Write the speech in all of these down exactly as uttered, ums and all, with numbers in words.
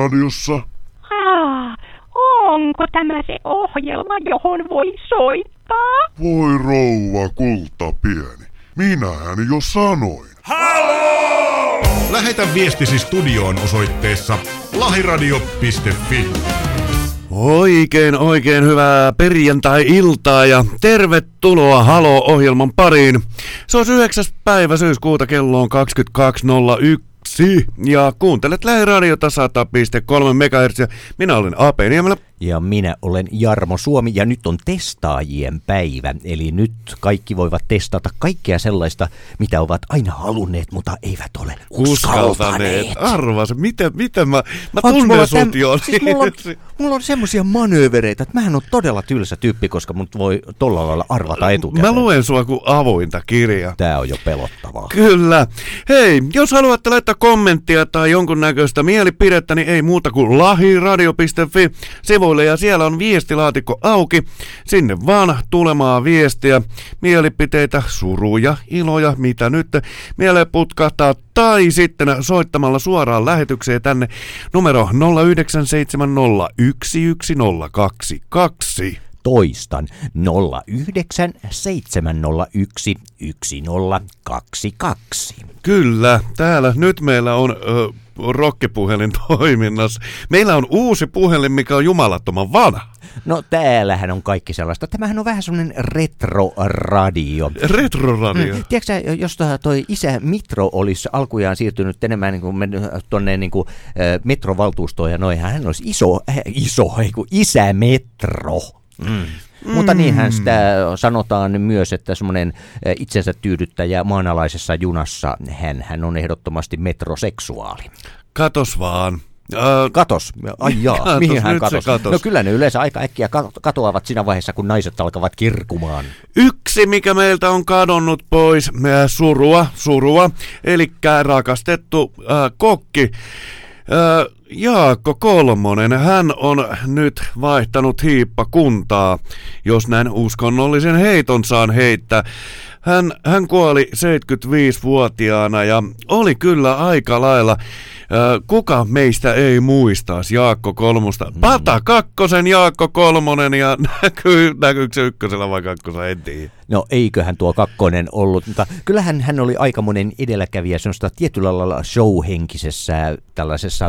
Lähiradiossa. Ah, onko tämä se ohjelma, johon voi soittaa? Voi rouva kultapieni, minähän jo sanoin. Halo! Lähetä viestisi studioon osoitteessa lahiradio piste fi. Oikein oikein hyvää perjantai-iltaa ja tervetuloa Halo-ohjelman pariin. Se on yhdeksäs päivä syyskuuta, kello on kaksikymmentäkaksi nolla yksi ja kuuntelet Lähiradiota sata pilkku kolme megahertsiä. Minä olen A P Niemelä. Ja minä olen Jarmo Suomi ja nyt on testaajien päivä. Eli nyt kaikki voivat testata kaikkea sellaista, mitä ovat aina halunneet, mutta eivät ole uskaltaneet. Arvas, miten, miten mä, mä tunnen sut jo. Siis mulla on, mulla on semmosia manöövereitä, että mähän on todella tylsä tyyppi, koska mut voi tolla lailla arvata etukäteen. Mä luen sua kuin avointa kirjaa. Tää on jo pelottavaa. Kyllä. Hei, jos haluatte laittaa kommenttia tai jonkunnäköistä mielipidettä, niin ei muuta kuin lahiradio piste fi sivuille ja siellä on viestilaatikko auki. Sinne vaan tulemaan viestiä, mielipiteitä, suruja, iloja, mitä nyt mieleen putkahtaa, tai sitten soittamalla suoraan lähetykseen tänne numero nolla yhdeksän seitsemän nolla yksi yksi nolla kaksi kaksi. Toistan nolla yhdeksän seitsemän nolla yksi yksi nolla kaksi kaksi. Kyllä, täällä nyt meillä on ö, rokkipuhelin toiminnassa. Meillä on uusi puhelin, mikä on jumalattoman vanha. No täällähän on kaikki sellaista. Tämähän on vähän semmoinen retroradio. Retroradio? Mm, tiedätkö sä, jos toi isä Mitro olisi alkujaan siirtynyt enemmän niin kuin tuonne niin kuin, äh, metrovaltuustoon ja noin, hän olisi iso, äh, iso, ei kun isä Metro. Mm. Mm. Mutta niinhän sitä sanotaan myös, että semmoinen itsensä tyydyttäjä maanalaisessa junassa, hän, hän on ehdottomasti metroseksuaali. Katos vaan. Uh, katos. Ai jaa, katos, mihin hän katos? katos? No kyllä ne yleensä aika äkkiä katoavat siinä vaiheessa, kun naiset alkavat kirkkumaan. Yksi, mikä meiltä on kadonnut pois, surua, surua, eli rakastettu äh, kokki. Äh, Jaakko Kolmonen, hän on nyt vaihtanut hiippakuntaa, jos näin uskonnollisen heiton saan heittää. Hän, hän kuoli seitsemänkymmentäviisivuotiaana ja oli kyllä aika lailla, äh, kuka meistä ei muistaisi Jaakko Kolmosta. Pata kakkosen Jaakko Kolmonen ja näkyy, näkyykö se ykkösellä vai kakkosella, en tiedä. No eiköhän tuo kakkonen ollut, mutta kyllähän hän oli aikamoinen edelläkävijä semmoista tietyllä lailla show-henkisessä tällaisessa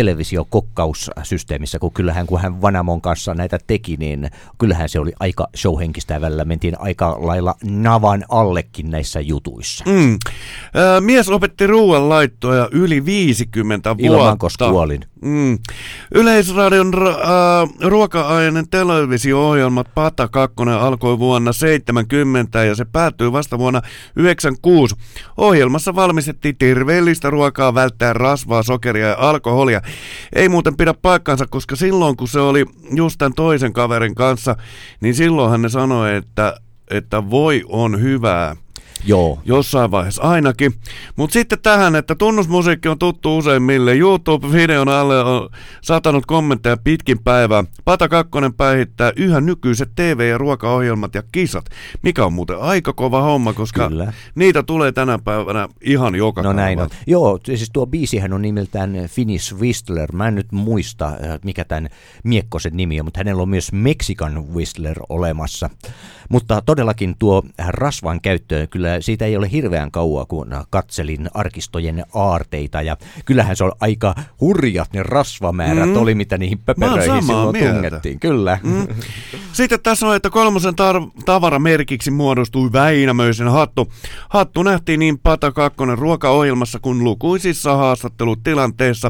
televisiokokkaussysteemissä, kun kyllähän kun hän Vanamon kanssa näitä teki, niin kyllähän se oli aika show-henkistä ja välillä mentiin aika lailla navan allekin näissä jutuissa. Mm. Äh, mies opetti ruoanlaittoa yli viisikymmentä vuotta. Ilman kuolin. Mm. Yleisradion ra- äh, ruoka-ainen televisio-ohjelmat Pata kakkonen alkoi vuonna seitsemänkymmentä ja se päättyi vasta vuonna yhdeksänkymmentäkuusi. Ohjelmassa valmistettiin terveellistä ruokaa välttäen rasvaa, sokeria ja alkoholia. Ei muuten pidä paikkansa, koska silloin kun se oli just tämän toisen kaverin kanssa, niin silloinhan ne sanoi, että, että voi on hyvää. Joo. Jossain vaiheessa ainakin. Mutta sitten tähän, että tunnusmusiikki on tuttu useimmille. YouTube-videon alle on satanut kommentteja pitkin päivää. Pata kakkonen päihittää yhä nykyiset T V- ja ruokaohjelmat ja kisat. Mikä on muuten aika kova homma, koska Kyllä. niitä tulee tänä päivänä ihan joka No näin on. päivä. Joo, siis tuo biisihän on nimeltään Finnish Whistler. Mä en nyt muista, mikä tämän miekkosen nimi on, mutta hänellä on myös Mexican Whistler olemassa. Mutta todellakin tuo rasvan käyttö, kyllä siitä ei ole hirveän kauaa, kun katselin arkistojen aarteita. Ja kyllähän se on aika hurjat ne rasvamäärät mm. oli, mitä niihin pöperöihin silloin mieltä. tungettiin. Kyllä. Mm. Sitten tässä on, että kolmosen tar- tavaramerkiksi muodostui Väinämöisen hattu. Hattu nähtiin niin Pata kakkonen ruokaohjelmassa kuin lukuisissa haastattelutilanteissa.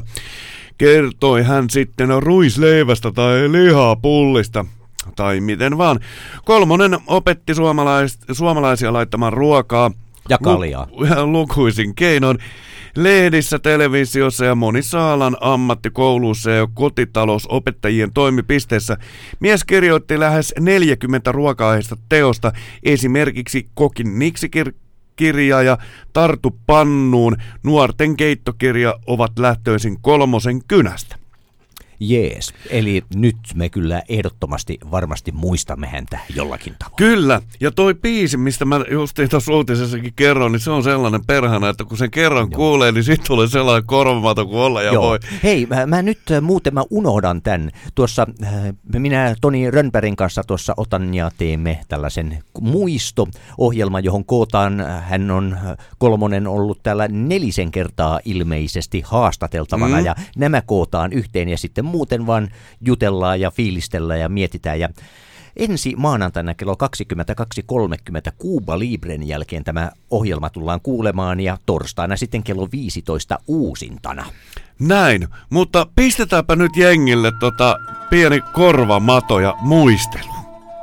Kertoi hän sitten ruisleivästä tai lihapullista. Tai miten vaan. Kolmonen opetti suomalais- suomalaisia laittamaan ruokaa. Ja kaljaa. Lu- lukuisin keinoin. Lehdissä, televisiossa ja monissa alan ammattikouluissa ja kotitalousopettajien toimipisteissä mies kirjoitti lähes neljäkymmentä ruoka-aiheista teosta, esimerkiksi Kokin niksikirja ja Tartu pannuun nuorten keittokirja ovat lähtöisin Kolmosen kynästä. Jees, eli nyt me kyllä ehdottomasti varmasti muistamme häntä jollakin tavalla. Kyllä, ja toi biisi, mistä mä justiin tuossa uutisessakin kerron, niin se on sellainen perhana, että kun sen kerran Joo. kuulee, niin sit tulee sellainen korvamaton kuin olla ja Joo. voi. Hei, mä, mä nyt muuten mä unohdan tämän. Tuossa minä Toni Rönnbergin kanssa tuossa otan ja teemme tällaisen muisto-ohjelman, johon kootaan, hän on Kolmonen ollut täällä nelisen kertaa ilmeisesti haastateltavana, mm. ja nämä kootaan yhteen ja sitten muuten vaan jutellaan ja fiilistellään ja mietitään. Ja ensi maanantaina kello kaksikymmentäkaksi kolmekymmentä Cuba Libren jälkeen tämä ohjelma tullaan kuulemaan ja torstaina sitten kello viisitoista uusintana. Näin, mutta pistetäänpä nyt jengille tota pieni korvamato ja muistelu.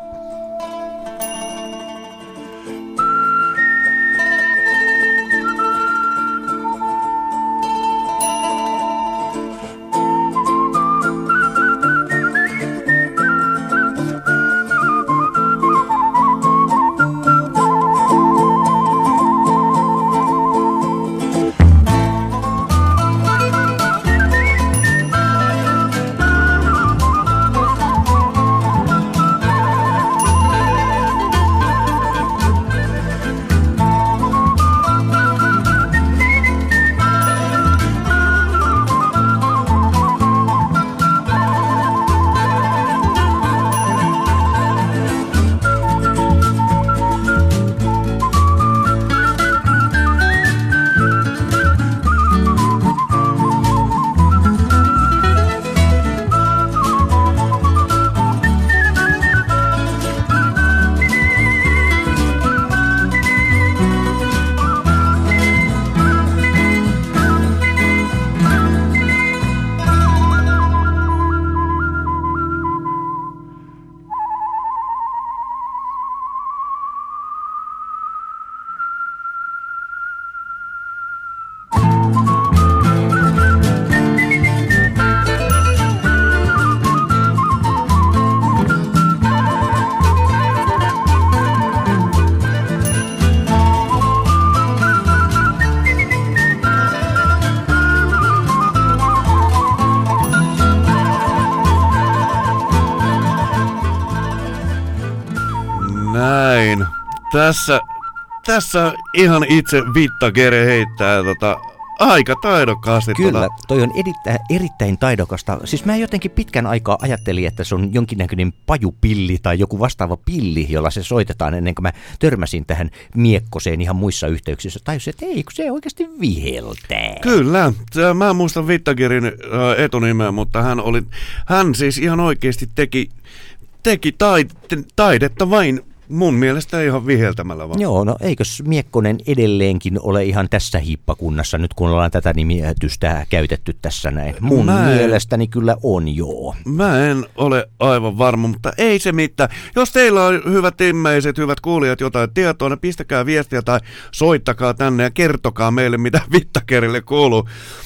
Näin. Tässä, tässä ihan itse Vittagere heittää tota, aika taidokkaasti. Kyllä, tota. toi on erittäin, erittäin taidokasta. Siis mä jotenkin pitkän aikaa ajattelin, että se on jonkinnäköinen pajupilli tai joku vastaava pilli, jolla se soitetaan, ennen kuin mä törmäsin tähän miekkoseen ihan muissa yhteyksissä. Tajusin, että ei, kun se oikeasti viheltää. Kyllä, mä en muista Vittagerin etunimeä, mutta hän oli, hän siis ihan oikeasti teki, teki taide, taidetta vain. Mun mielestä ihan viheltämällä vaan. Joo, no eikös Miekkonen edelleenkin ole ihan tässä hippakunnassa nyt, kun ollaan tätä nimitystä käytetty tässä näin? Mun mä mielestäni en, kyllä on, joo. Mä en ole aivan varma, mutta ei se mitään. Jos teillä on hyvät immeiset, hyvät kuulijat jotain tietoa, niin pistäkää viestiä tai soittakaa tänne ja kertokaa meille, mitä Vittagerille kuuluu.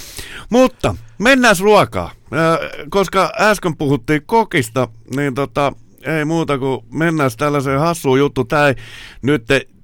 Mutta mennään ruokaa. Koska äsken puhuttiin kokista, niin tota... Ei muuta kuin mennään tällaiseen hassuun juttu. Tää ei nyt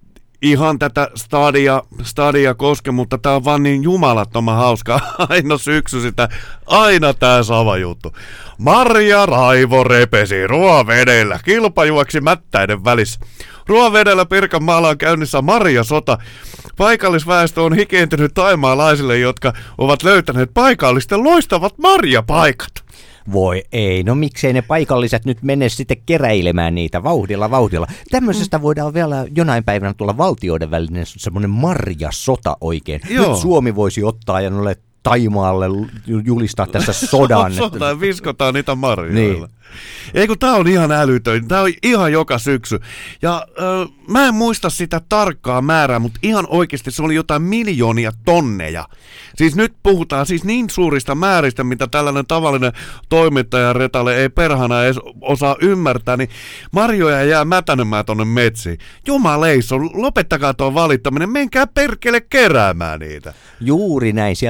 ihan tätä stadia, stadia koske, mutta tää on vaan niin jumalattoman hauska. Aina syksy sitä, aina tää sama juttu. Marja Raivo repesi ruovedellä, kilpa juoksi mättäiden välissä. Ruovedellä Pirkanmaalla on käynnissä marjasota. Paikallisväestö on hikeentynyt taimaalaisille, jotka ovat löytäneet paikallisten loistavat marjapaikat. Voi ei, no miksei ne paikalliset nyt mene sitten keräilemään niitä vauhdilla vauhdilla. Tämmöisestä voidaan vielä jonain päivänä tulla valtioiden välinen semmoinen marjasota oikein. Joo. Nyt Suomi voisi ottaa ja noille Taimaalle julistaa tässä sodan. Sotaan viskotaan niitä marjoilla. Niin. Ei kun tää on ihan älytön, tää on ihan joka syksy. Ja ö, mä en muista sitä tarkkaa määrää, mutta ihan oikeasti se oli jotain miljoonia tonneja. Siis nyt puhutaan siis niin suurista määristä, mitä tällainen tavallinen toimittaja Retalle ei perhana edes osaa ymmärtää, niin marjoja jää mätänemään tonne metsiin. Jumaleissa, lopettakaa tuo valittaminen, menkää perkele keräämään niitä. Juuri näin, siellä kyllä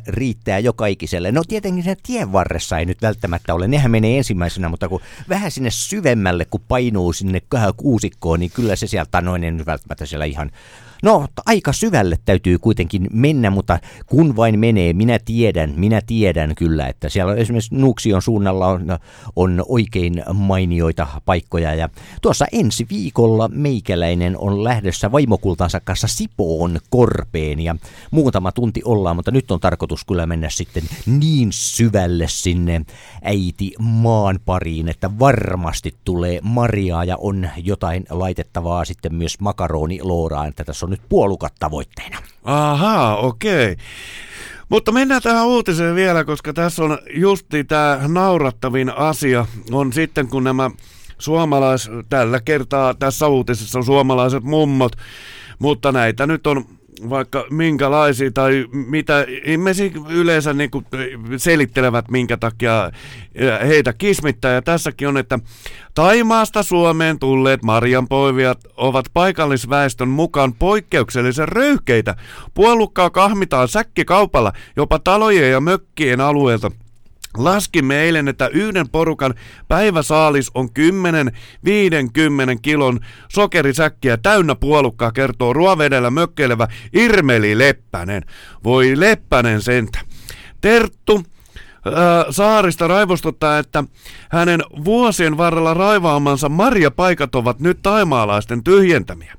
riittää joka ikiselle. No tietenkin sen tien varressa ei nyt välttämättä ole, nehän menee ensimmäisenä, mutta kun vähän sinne syvemmälle, kun painuu sinne kuusikkoon, niin kyllä se sieltä noin ei nyt välttämättä siellä ihan... No, aika syvälle täytyy kuitenkin mennä, mutta kun vain menee, minä tiedän, minä tiedän kyllä, että siellä esimerkiksi Nuuksion suunnalla on, on oikein mainioita paikkoja. Ja tuossa ensi viikolla meikäläinen on lähdössä vaimokultansa kanssa Sipoon korpeen ja muutama tunti ollaan, mutta nyt on tarkoitus kyllä mennä sitten niin syvälle sinne äiti maan pariin, että varmasti tulee marjaa ja on jotain laitettavaa sitten myös makaronilooraan, että tässä on nyt puolukat tavoitteena. Ahaa, okei. Mutta mennään tähän uutiseen vielä, koska tässä on justi tämä naurattavin asia, on sitten kun nämä suomalais, tällä kertaa tässä uutisessa on suomalaiset mummot, mutta näitä nyt on vaikka minkälaisia tai mitä ihmisiä yleensä niin kuin selittelevät, minkä takia heitä kismittää. Ja tässäkin on, että Thaimaasta Suomeen tulleet marjanpoivijat ovat paikallisväestön mukaan poikkeuksellisen röyhkeitä. Puolukkaa kahmitaan säkkikaupalla jopa talojen ja mökkien alueelta. Laskimme eilen, että yhden porukan päiväsaalis on kymmenen viidenkymmenen kilon sokerisäkkiä täynnä puolukkaa, kertoo Ruovedellä mökkeilevä Irmeli Leppänen. Voi Leppänen sentä. Terttu ää, Saarista raivostuttaa, että hänen vuosien varrella raivaamansa marjapaikat ovat nyt thaimaalaisten tyhjentämiä.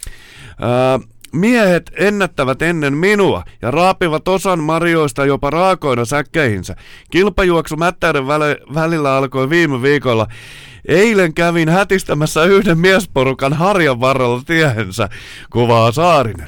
Ää, Miehet ennättävät ennen minua ja raapivat osan marjoista jopa raakoina säkkeihinsä. Kilpajuoksu mättäiden välillä alkoi viime viikolla. Eilen kävin hätistämässä yhden miesporukan harjan varrella tiehensä, kuvaa Saarinen.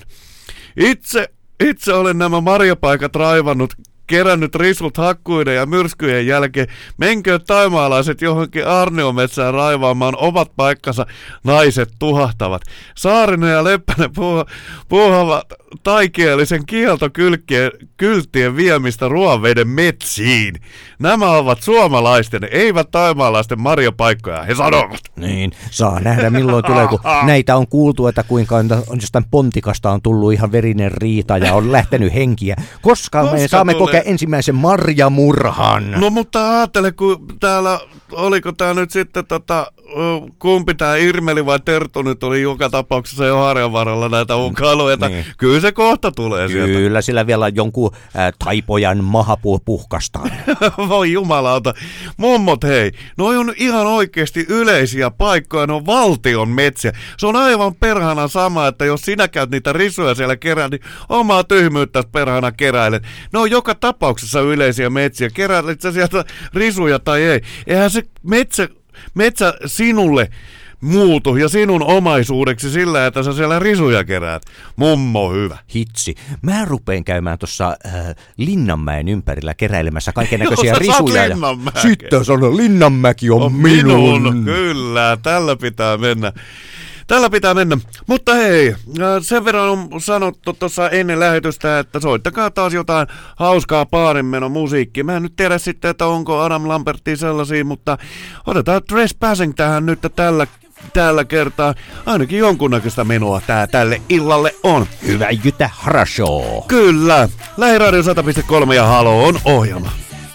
Itse, itse olen nämä marjapaikat raivannut, kerännyt risut hakkuiden ja myrskyjen jälkeen. Menkö taimaalaiset johonkin Arniometsään raivaamaan omat paikkansa, naiset tuhahtavat. Saarinen ja Leppänen puh- puuhavat taikielisen kieltokylttien viemistä Ruoveden metsiin. Nämä ovat suomalaisten, eivät taimaalaisten marjapaikkoja, he sanovat. Niin, saa nähdä milloin tulee, kun näitä on kuultu, että kuinka on jostain pontikasta on tullut ihan verinen riita ja on lähtenyt henkiä. Koska, Koska me saamme tulee? kokea ensimmäisen marjamurhan? No mutta ajattele, kun täällä, oliko tää nyt sitten tota, kumpi tää Irmeli vai Terttu nyt oli joka tapauksessa jo harjan varrella näitä ukailuita. Niin. Kyllä se kohta tulee Kyllä, sieltä. Kyllä sillä vielä jonkun äh, taipojan maha puhkastaan. Voi jumalauta. Mummot hei, noi on ihan oikeasti yleisiä paikkoja, ne on valtion metsiä. Se on aivan perhana sama, että jos sinä käyt niitä risuja siellä kerään, niin omaa tyhmyyttäsi perhana keräilet. Ne on joka tapauksessa yleisiä metsiä. Keräilet sä sieltä risuja tai ei. Eihän se metsä, metsä sinulle muutu ja sinun omaisuudeksi sillä, että sä siellä risuja keräät. Mummo hyvä. Hitsi. Mä rupeen käymään tuossa äh, Linnanmäen ympärillä keräilemässä kaikennäköisiä risuja. Ja sitten sanon, Linnanmäki on, on minun. minun. Kyllä, tällä pitää mennä. Tällä pitää mennä. Mutta hei, sen verran on sanottu tuossa ennen lähetystä, että soittakaa taas jotain hauskaa paarinmenon musiikkia. Mä en nyt tiedä sitten, että onko Adam Lambertia sellaisia, mutta otetaan Trespassing tähän nyt tällä, tällä kertaa. Ainakin jonkunnäköistä menoa tää tälle illalle on. Hyvä Jytä Harashow. Kyllä. Lähiradio sata piste kolme ja Halo on ohjelma.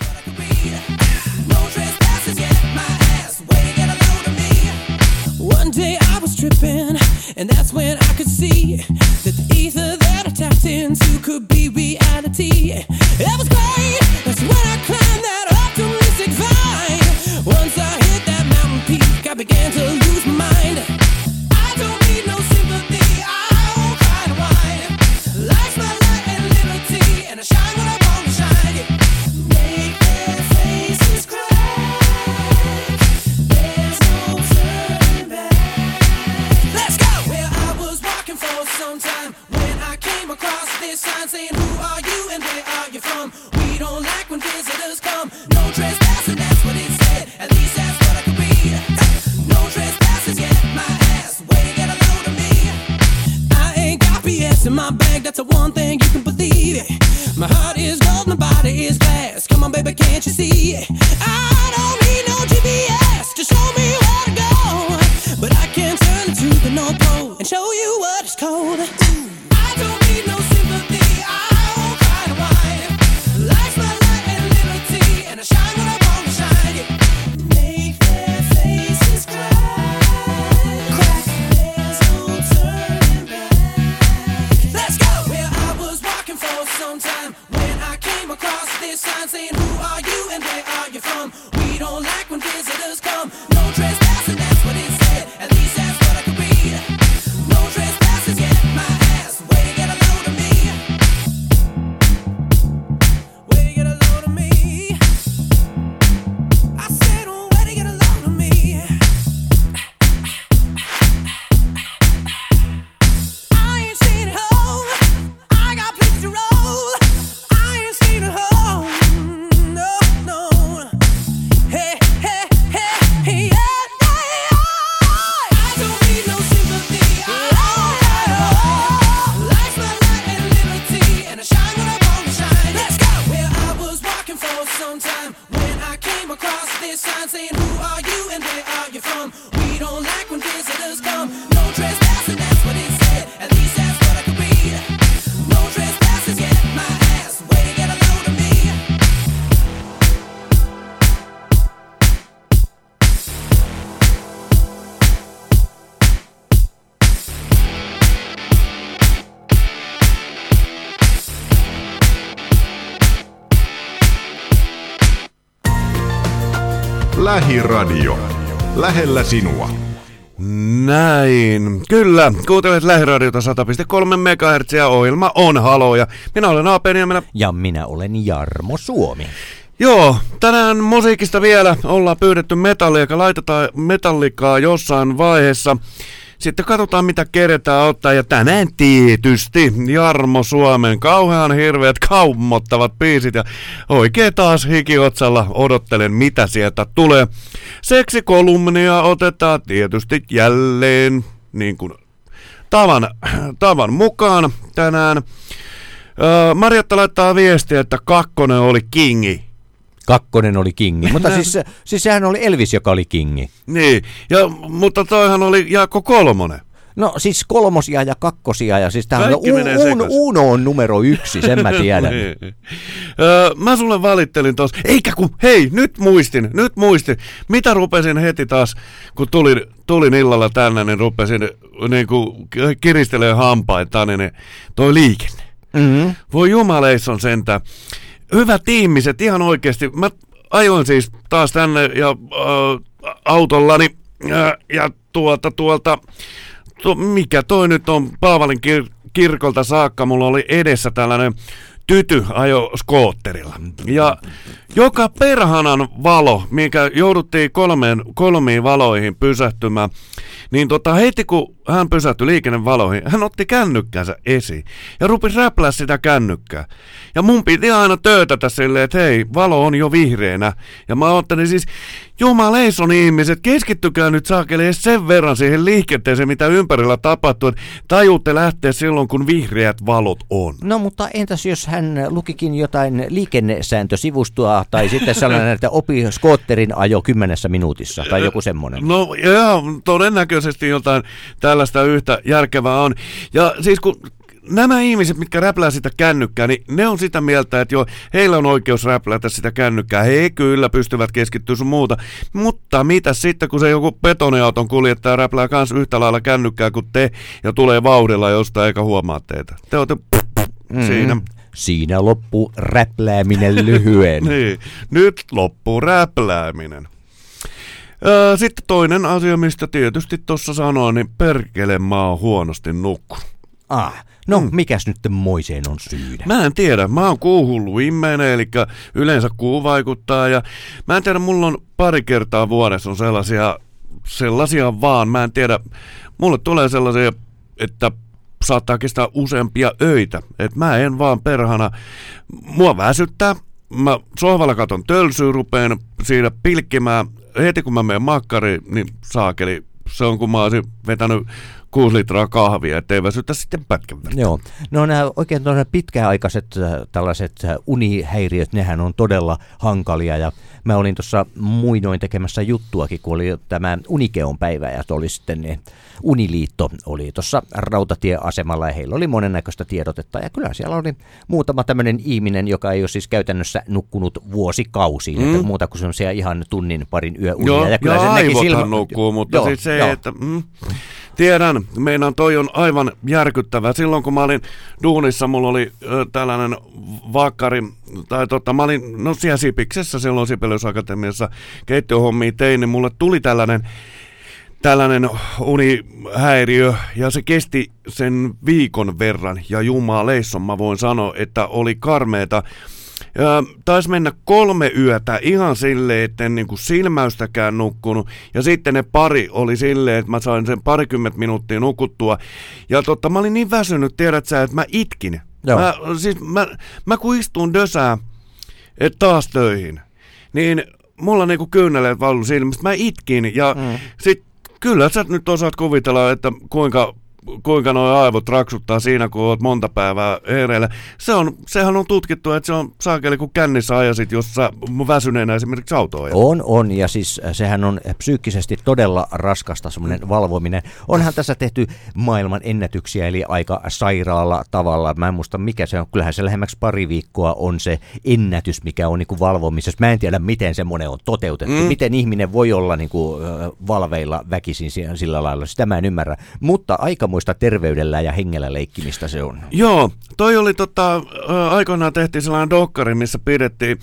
One day I was tripping, and that's when I could see that the ether that I tapped into could be reality. It was great, that's when I climbed that optimistic vine. Once I hit that mountain peak, I began to lose my mind. I don't need no sympathy, I won't cry and whine. Life's my light and liberty, and I shine when I want to shine. Make their faces cry, there's no turning back. Let's go! Well, I was walking for some time when I came across this sign saying, who are you and where are you from? We don't like when visitors come. No trespassing, that's what it said. At least that's what I could read. No trespassing, get my ass. Way to get a load of me. I ain't got B S in my bag, that's the one thing you can believe it. My heart is gold, my body is glass. Come on, baby, can't you see it? I don't need no G P S to show me where to go. But I can turn into the North Pole and show you what it's cold. I don't need no sympathy, I won't cry and whine. Lähiradio. Lähellä sinua. Näin. Kyllä, kuuntelet Lähiradiota sata pilkku kolme megahertsiä, ohjelma on Halo ja minä olen Aapen ja minä... Ja minä olen Jarmo Suomi. Joo, tänään musiikista vielä ollaan pyydetty metallia, laitetaan metallikaa jossain vaiheessa. Sitten katsotaan mitä keretään ottaa ja tänään tietysti Jarmo Suomen kauhean hirveät kaumottavat biisit ja oikein taas hikiotsalla odottelen mitä sieltä tulee. Seksikolumnia otetaan tietysti jälleen niin kuin tavan, tavan mukaan tänään. Öö, Marjatta laittaa viestiä, että kakkonen oli kingi. Kakkonen oli kingi, mutta siis, siis sehän oli Elvis, joka oli kingi. Niin, ja, mutta toihan oli Jaakko Kolmonen. No siis kolmosia ja kakkosia ja siis tämä Kaikki on menee un, sekaisin. Uno on numero yksi, sen mä tiedän. Niin. öö, mä sulle valittelin tossa, eikä kun, hei, nyt muistin, nyt muistin. Mitä rupesin heti taas, kun tulin, tulin illalla tänne, niin rupesin niin kuin kiristelemään hampaita, niin toi liikenne. Mm-hmm. Voi jumaleissa on sentään. Hyvät ihmiset, ihan oikeasti. Mä ajoin siis taas tänne ja äh, autollani äh, ja tuolta tuolta, tu, mikä toi nyt on Paavalin kir- kirkolta saakka, mulla oli edessä tällainen tyty ajo skootterilla. Ja joka perhanan valo, mikä jouduttiin kolmeen, kolmiin valoihin pysähtymään, niin tota, heti kun hän pysähtyi liikennevaloihin, hän otti kännykkänsä esiin ja rupesi räplää sitä kännykkää. Ja mun piti aina töötätä silleen, että hei, valo on jo vihreänä. Ja mä ajattelin siis, jumaleison ihmiset, keskittykää nyt saakeli edes sen verran siihen liikenteeseen, mitä ympärillä tapahtuu, että tajuutte lähteä silloin, kun vihreät valot on. No mutta entäs jos hän lukikin jotain liikennesääntösivustoa tai sitten sellainen, että opi skootterin ajo kymmenessä minuutissa tai joku semmoinen? No joo, todennäköisesti jotain tällaista yhtä järkevää on. Ja siis kun nämä ihmiset, mitkä räplää sitä kännykkää, niin ne on sitä mieltä, että joo, heillä on oikeus räplätä sitä kännykkää. He kyllä pystyvät keskittyä sun muuta. Mutta mitä sitten, kun se joku betoniauton kuljettaja räplää kans yhtä lailla kännykkää kuin te ja tulee vauhdilla jostain eikä huomaa teitä. Te olette mm. siinä. Siinä loppuu räplääminen lyhyen. Niin, nyt loppuu räplääminen. Öö, sitten toinen asia, mistä tietysti tuossa sanoin, niin perkele mä oon huonosti nukkunut. Ah, no mm. mikäs nyt moiseen on syynä? Mä en tiedä, mä oon kuuhullu immeinen, eli yleensä kuu vaikuttaa ja mä en tiedä, mulla on pari kertaa vuodessa on sellaisia, sellaisia vaan, mä en tiedä, mulle tulee sellaisia, että saattaa kestää useampia öitä, että mä en vaan perhana, mua väsyttää, mä sohvalla katon tölsyä, rupeen siinä pilkkimään, heti kun mä menen makkariin, niin saakeli, se on kun mä olisin vetänyt kuusi litraa kahvia, ettei väsytä sitten pätkän verran. Joo, no nämä oikein pitkäaikaiset äh, tällaiset äh, unihäiriöt, nehän on todella hankalia ja mä olin tuossa muinoin tekemässä juttuakin, kun oli tämä Unikeon päivä ja oli sitten ne Uniliitto oli tuossa rautatieasemalla ja heillä oli monennäköistä tiedotetta ja kyllä siellä oli muutama tämmöinen ihminen, joka ei ole siis käytännössä nukkunut vuosikausiin, mm. että muuta kuin semmoisia ihan tunnin parin yöunia. Joo, ja kyllä ja se näki silmä... nukkuu, mutta joo, siis se, joo. että mm, tiedän, meinaan toi on aivan järkyttävää. Silloin kun mä olin duunissa, mulla oli ö, tällainen vakkari, tai tota, mä olin no siellä Sipiksessä silloin Sibelius-akatemiassa keittiöhommia tein, niin mulle tuli tällainen tällainen unihäiriö, ja se kesti sen viikon verran, ja jumaleisson mä voin sanoa, että oli karmeeta. Taisi mennä kolme yötä ihan silleen, että en niin kuin silmäystäkään nukkunut, ja sitten ne pari oli silleen, että mä sain sen parikymmentä minuuttia nukuttua, ja totta, mä olin niin väsynyt, tiedät sä, että mä itkin. Mä, siis mä, mä kun istun dösää, et taas töihin, niin mulla niinku kyyneleet valuu silmistä, mä itkin, ja mm. sit kyllä sä nyt osaat kuvitella, että kuinka, kuinka nuo aivot raksuttaa siinä, kun oot monta päivää hereillä. Se on, sehän on tutkittu, että se on saakeli, kun kännissä ajasit, jos sä väsyneenä esimerkiksi autoa ajat. On, on, ja siis sehän on psyykkisesti todella raskasta semmoinen valvominen. Onhan tässä tehty maailman ennätyksiä, eli aika sairaalla tavalla. Mä en muista, mikä se on. Kyllähän se lähemmäksi pari viikkoa on se ennätys, mikä on niin kuin valvomisessa. Mä en tiedä, miten semmoinen on toteutettu. Mm. Miten ihminen voi olla niin kuin valveilla väkisin sillä lailla. Sitä mä en ymmärrä. Mutta aikamoista terveydellä ja hengellä leikkimistä se on. Joo, toi oli tota, aikoinaan tehtiin sellainen dokkari, missä pidettiin,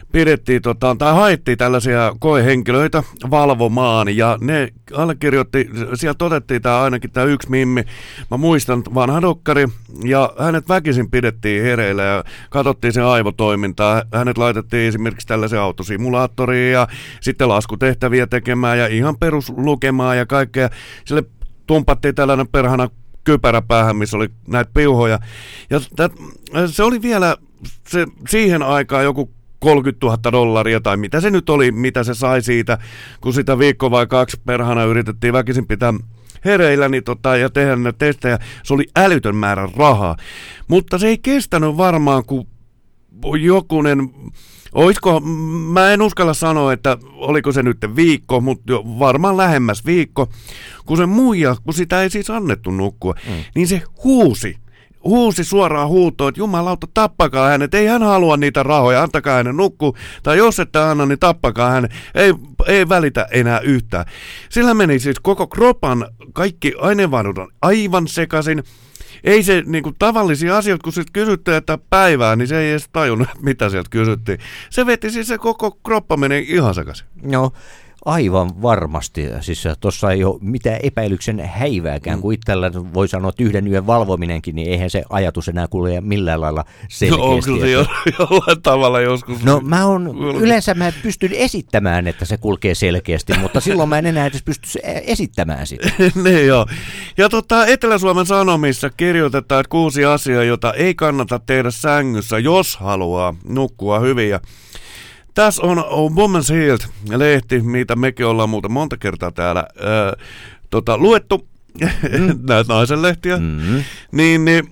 pidettiin, tota, tai haettiin tällaisia koehenkilöitä valvomaan, ja ne allekirjoitti, sieltä otettiin tää, ainakin tämä yksi mimmi, mä muistan, vanha dokkari, ja hänet väkisin pidettiin hereillä, ja katsottiin sen aivotoimintaa, hänet laitettiin esimerkiksi tällaisen autosimulaattoriin, ja sitten laskutehtäviä tekemään, ja ihan peruslukemaan, ja kaikkea, sille tumpattiin tällainen perhana kypärä päähän, missä oli näitä piuhoja, ja tät, se oli vielä se, siihen aikaan joku kolmekymmentätuhatta dollaria tai mitä se nyt oli, mitä se sai siitä, kun sitä viikko vai kaksi perhana yritettiin väkisin pitää hereillä niin tota, ja tehdä ne testejä. Se oli älytön määrä rahaa, mutta se ei kestänyt varmaan kuin jokunen, oisko, mä en uskalla sanoa, että oliko se nyt viikko, mutta jo varmaan lähemmäs viikko, kun se muija, kun sitä ei siis annettu nukkua, mm. niin se huusi. Huusi suoraan huutoon, että jumalauta, tappakaa hänet, ei hän halua niitä rahoja, antakaa hänen nukkuu, tai jos ette anna, niin tappakaa hänet, ei, ei välitä enää yhtään. Sillä meni siis koko kropan kaikki aineenvaihdot on aivan sekaisin, ei se niinku tavallisia asioita, kun sitten kysyttiin, että päivää, niin se ei edes tajunnut, mitä sieltä kysyttiin. Se veti siis se koko kroppa meni ihan sekaisin. No. Aivan varmasti. Siis tuossa ei ole mitään epäilyksen häivääkään, mm. kun itsellä voi sanoa, että yhden yön valvominenkin, niin eihän se ajatus enää kulje millään lailla selkeästi. No onko se jo, jollain tavalla joskus? No mä on, yleensä mä pystyn esittämään, että se kulkee selkeästi, mutta silloin mä en enää edes pysty esittämään sitä. Niin joo. Ja tota, Etelä-Suomen Sanomissa kirjoitetaan, että kuusi asiaa, jota ei kannata tehdä sängyssä, jos haluaa nukkua hyvin. Ja tässä on Women's Health-lehti, mitä mekin ollaan muuten monta kertaa täällä ää, tota, luettu, mm. näitä naisen lehtiä, mm-hmm. niin, niin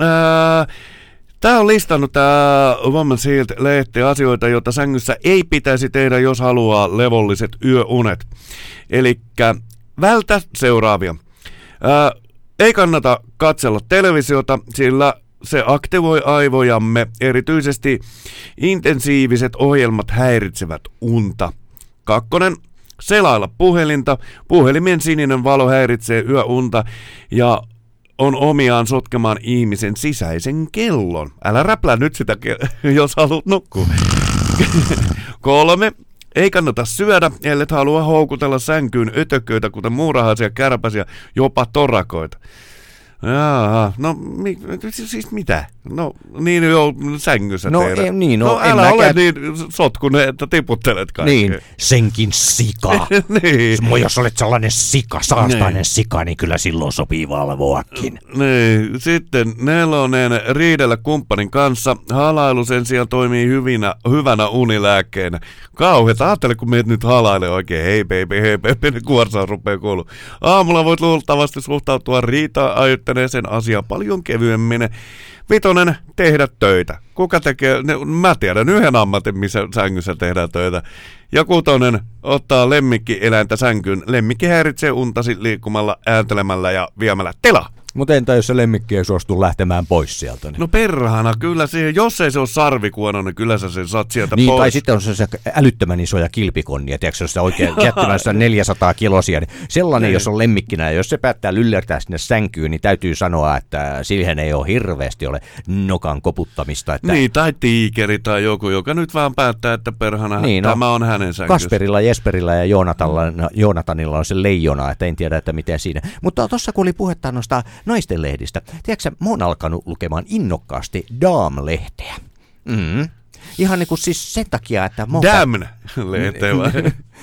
tämä on listannut tämä Women's Health-lehti asioita, joita sängyssä ei pitäisi tehdä, jos haluaa levolliset yöunet. Elikkä vältä seuraavia. Ää, ei kannata katsella televisiota, sillä se aktivoi aivojamme, erityisesti intensiiviset ohjelmat häiritsevät unta. Kakkonen, selailla puhelinta. Puhelimen sininen valo häiritsee yöunta ja on omiaan sotkemaan ihmisen sisäisen kellon. Älä räplää nyt sitä, jos haluat nukkua. Kolme, ei kannata syödä, ellet halua houkutella sänkyyn ötököitä, kuten muurahaisia, kärpäsiä, jopa torakoita. Jaa, no mi, siis mitä? No niin joo, sängyssä no, tehdä. Ei, niin, no, no älä mäkään... ole niin sotkunen, että tiputtelet kaikkea. Niin, senkin sika. Niin. Jos olet sellainen sika, saastainen niin. sika, niin kyllä silloin sopii valvoakin. Niin, sitten nelonen, riidellä kumppanin kanssa. Halailu sen sijaan toimii hyvinä, hyvänä unilääkkeenä. Kauheeta, ajattele kun meet nyt halailee oikein, hei baby, hei baby, niin kuorsaa rupeaa kuulua. Aamulla voit luultavasti suhtautua riitaa ajattaneeseen asiaan paljon kevyemmin. Vitonen, tehdä töitä. Kuka tekee, mä tiedän yhden ammatin, missä sängyssä tehdään töitä. Ja kutonen, ottaa lemmikkieläintä sänkyyn. Lemmikki häiritsee untasi liikkumalla, ääntelemällä ja viemällä telaa. Mutta entä jos se lemmikki ei suostu lähtemään pois sieltä? Niin? No perhana, kyllä siihen, jos ei se ole sarvikuono, niin kyllä sä sen saat sieltä niin, pois. Tai sitten on se älyttömän isoja kilpikonnia, tiedätkö, jos se oikein jättimässä neljäsataa kilosia, niin sellainen, jos on lemmikkinä, ja jos se päättää lyllertää sinne sänkyyn, niin täytyy sanoa, että siihen ei ole hirveästi ole nokan koputtamista. Että... Niin, tai tiikeri tai joku, joka nyt vaan päättää, että perhana, niin, no, tämä on hänen sänkyssä. Kasperilla, Jesperillä ja Joonatanilla, Joonatanilla on se leijona, että en tiedä, että miten siinä. Mutta tuossa kun oli puhetta noista naisten lehdistä. Tiedätkö, mä oon alkanut lukemaan innokkaasti Dam-lehteä. Mm. Ihan niin kuin siis sen takia, että... Damn-lehteä vai?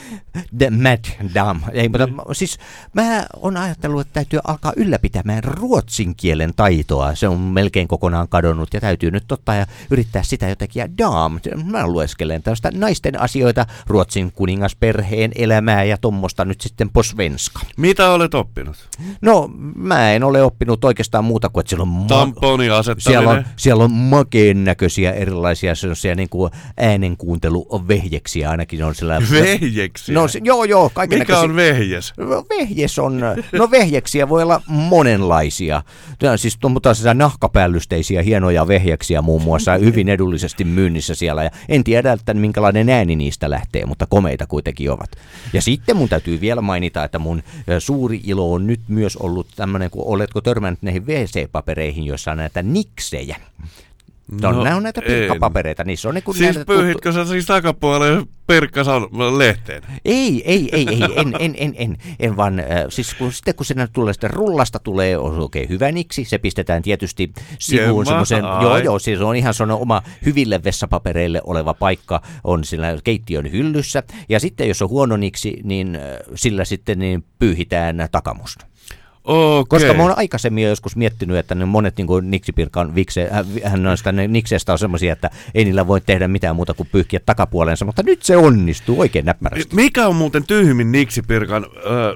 The Mad Dam. Ei, mutta siis mä oon ajatellut, että täytyy alkaa ylläpitämään ruotsin kielen taitoa. Se on melkein kokonaan kadonnut ja täytyy nyt ottaa ja yrittää sitä jotenkin. Ja Dam, mä lueskelen tällaista naisten asioita, Ruotsin kuningasperheen elämää ja tommosta nyt sitten på svenska. Mitä olet oppinut? No, mä en ole oppinut oikeastaan muuta kuin, että siellä on... Ma- Tamponi asettaminen. Siellä on, siellä on makeen näköisiä erilaisia sellaisia niin kuin äänenkuunteluvehjeksiä ainakin on siellä... Vehjeksiä? No joo, joo. Mikä näköisiä... on vehjes? Vehjes on, no vehjeksiä voi olla monenlaisia. Tämä on siis tuommoisia nahkapäällysteisiä hienoja vehjeksiä muun muassa hyvin edullisesti myynnissä siellä. Ja en tiedä, että minkälainen ääni niistä lähtee, mutta komeita kuitenkin ovat. Ja sitten mun täytyy vielä mainita, että mun suuri ilo on nyt myös ollut tämmöinen, kun oletko törmännyt näihin W C-papereihin, joissa on näitä niksejä. No, No, nämä on näitä en. pirkkapapereita, niissä on niin kuin Siis näitä pyyhitkö sä siis takapuoleen Pirkkasan lehteen? Ei, ei, ei, ei, en, en, en, en, en vaan, äh, siis kun, sitten kun sinne tulee sitten rullasta tulee oikein hyvä niksi, se pistetään tietysti sivuun semmoisen, joo joo, siis on ihan semmoinen oma hyville vessapapereille oleva paikka, on sillä keittiön hyllyssä, ja sitten jos on huono niksi, niin äh, sillä sitten niin pyyhitään takamusta. Okei. Koska mä oon aikaisemmin jo joskus miettinyt, että ne monet niin kuin niksipirkan vikse, hän noista ne nikseistä on semmoisia, että ei niillä voi tehdä mitään muuta kuin pyyhkiä takapuoleensa, mutta nyt se onnistuu oikein näppärästi. Mikä on muuten tyhmin niksipirkan äh,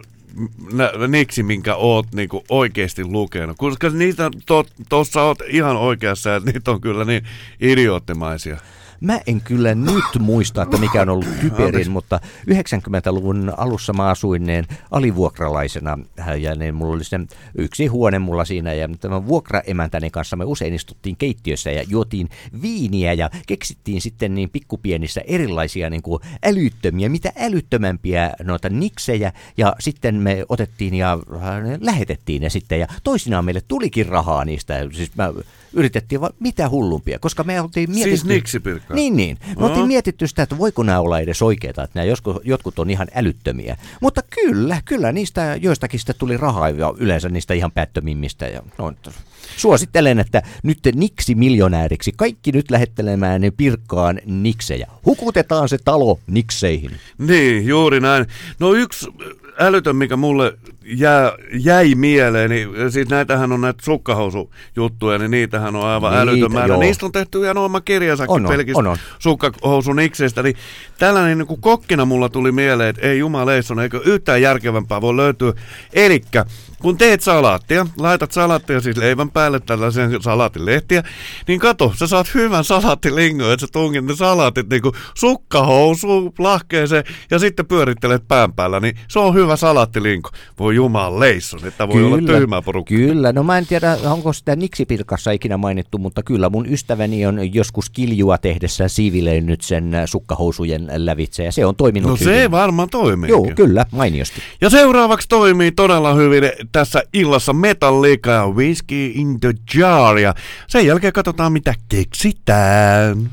nä, niksi, minkä oot niinku oikeesti lukenut? Koska niitä tuossa to, oot ihan oikeassa, että niitä on kyllä niin idioottimaisia. Mä en kyllä nyt muista, että mikä on ollut typerin, mutta yhdeksänkymmentäluvun alussa mä asuin alivuokralaisena ja niin mulla oli sen yksi huone mulla siinä ja tämän vuokraemäntäni kanssa me usein istuttiin keittiössä ja juotiin viiniä ja keksittiin sitten niin pikkupienissä erilaisia niin kuin älyttömiä, mitä älyttömämpiä noita niksejä ja sitten me otettiin ja lähetettiin ne sitten ja toisinaan meille tulikin rahaa niistä, siis mä yritettiin vaan mitä hullumpia, koska me oltiin mietitty... Siis niksipirkkaa? Niin, niin. Me no. oltiin mietitty sitä, että voiko nämä olla edes oikeita, että nämä joskus, jotkut on ihan älyttömiä. Mutta kyllä, kyllä niistä joistakin sitten tuli rahaa ja yleensä niistä ihan päättömimmistä. Ja, no, suosittelen, että nyt niksi miljonääriksi. Kaikki nyt lähettelemään Pirkkaan niksejä. Hukutetaan se talo nikseihin. Niin, juuri näin. No yksi älytön, mikä mulle jää, jäi mieleen, niin siis näitähän on näitä sukkahousujuttuja, niin niitähän on aivan Niitä, älytön määrä. joo. Niistä on tehty ihan oma kirjansakin On, on, pelkistä on, on. sukkahousunikseistä. Niin tällainen niin kuin kokkina mulla tuli mieleen, että ei jumaleisson, eikö yhtään järkevämpää voi löytyä. Elikkä kun teet salaattia, laitat salaattia siis leivän päälle tällaisen salaatilehtiä, niin kato, sä saat hyvän salaattilingon, että sä tungit ne salaatit niin kuin sukkahousuun, lahkeeseen ja sitten pyörittelet pään päällä, niin se on hyvä salaattilinko. Voi jumaleisson, että voi kyllä olla tyhmää porukka. Kyllä, no mä en tiedä, onko sitä niksipirkassa ikinä mainittu, mutta kyllä mun ystäväni on joskus kiljua tehdessään siivileinyt sen sukkahousujen lävitse ja se on toiminut No hyvin. se varmaan toimii. Joo, kyllä, mainiosti. Ja seuraavaksi toimii todella hyvin tässä illassa Metallica ja Whiskey in the Jar. Ja sen jälkeen katsotaan, mitä keksitään.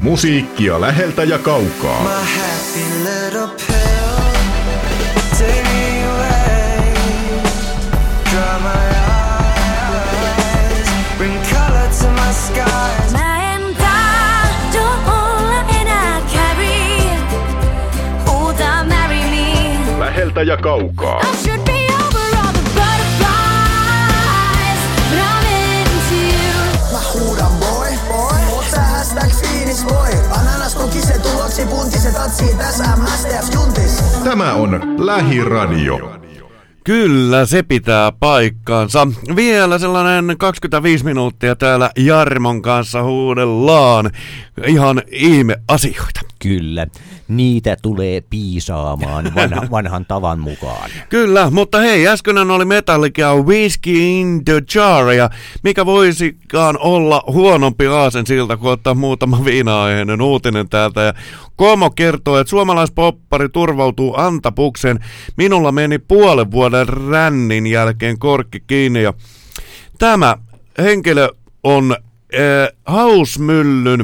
Musiikkia läheltä ja kaukaa. My happy little pill, take me away, dry my eyes, bring color to my skies. Mä en tahdo olla enää carry, huuta marry me. Läheltä ja kaukaa. I should be over all the butterflies, but I'm into you. Mä huudan boy, boy, oot sä hashtag fiilis boy. Ananas toki se tuloksi punti se tatsii täs M S T F juntis. Tämä on Lähiradio. Kyllä, se pitää paikkaansa. Vielä sellainen kaksikymmentäviisi minuuttia täällä Jarmon kanssa huudellaan ihan ihme asioita. Kyllä, niitä tulee piisaamaan vanha, vanhan tavan mukaan. Kyllä, mutta hei, äskeinen oli Metallica Whiskey in the Jar, ja mikä voisikaan olla huonompi aasen siltä, kun ottaa muutama viina-aiheinen uutinen täältä. Ja Komo kertoo, että suomalaispoppari turvautuu Antapukseen. Minulla meni puolen vuoden rännin jälkeen korkki kiinni, ja tämä henkilö on äh, Hausmyllyn,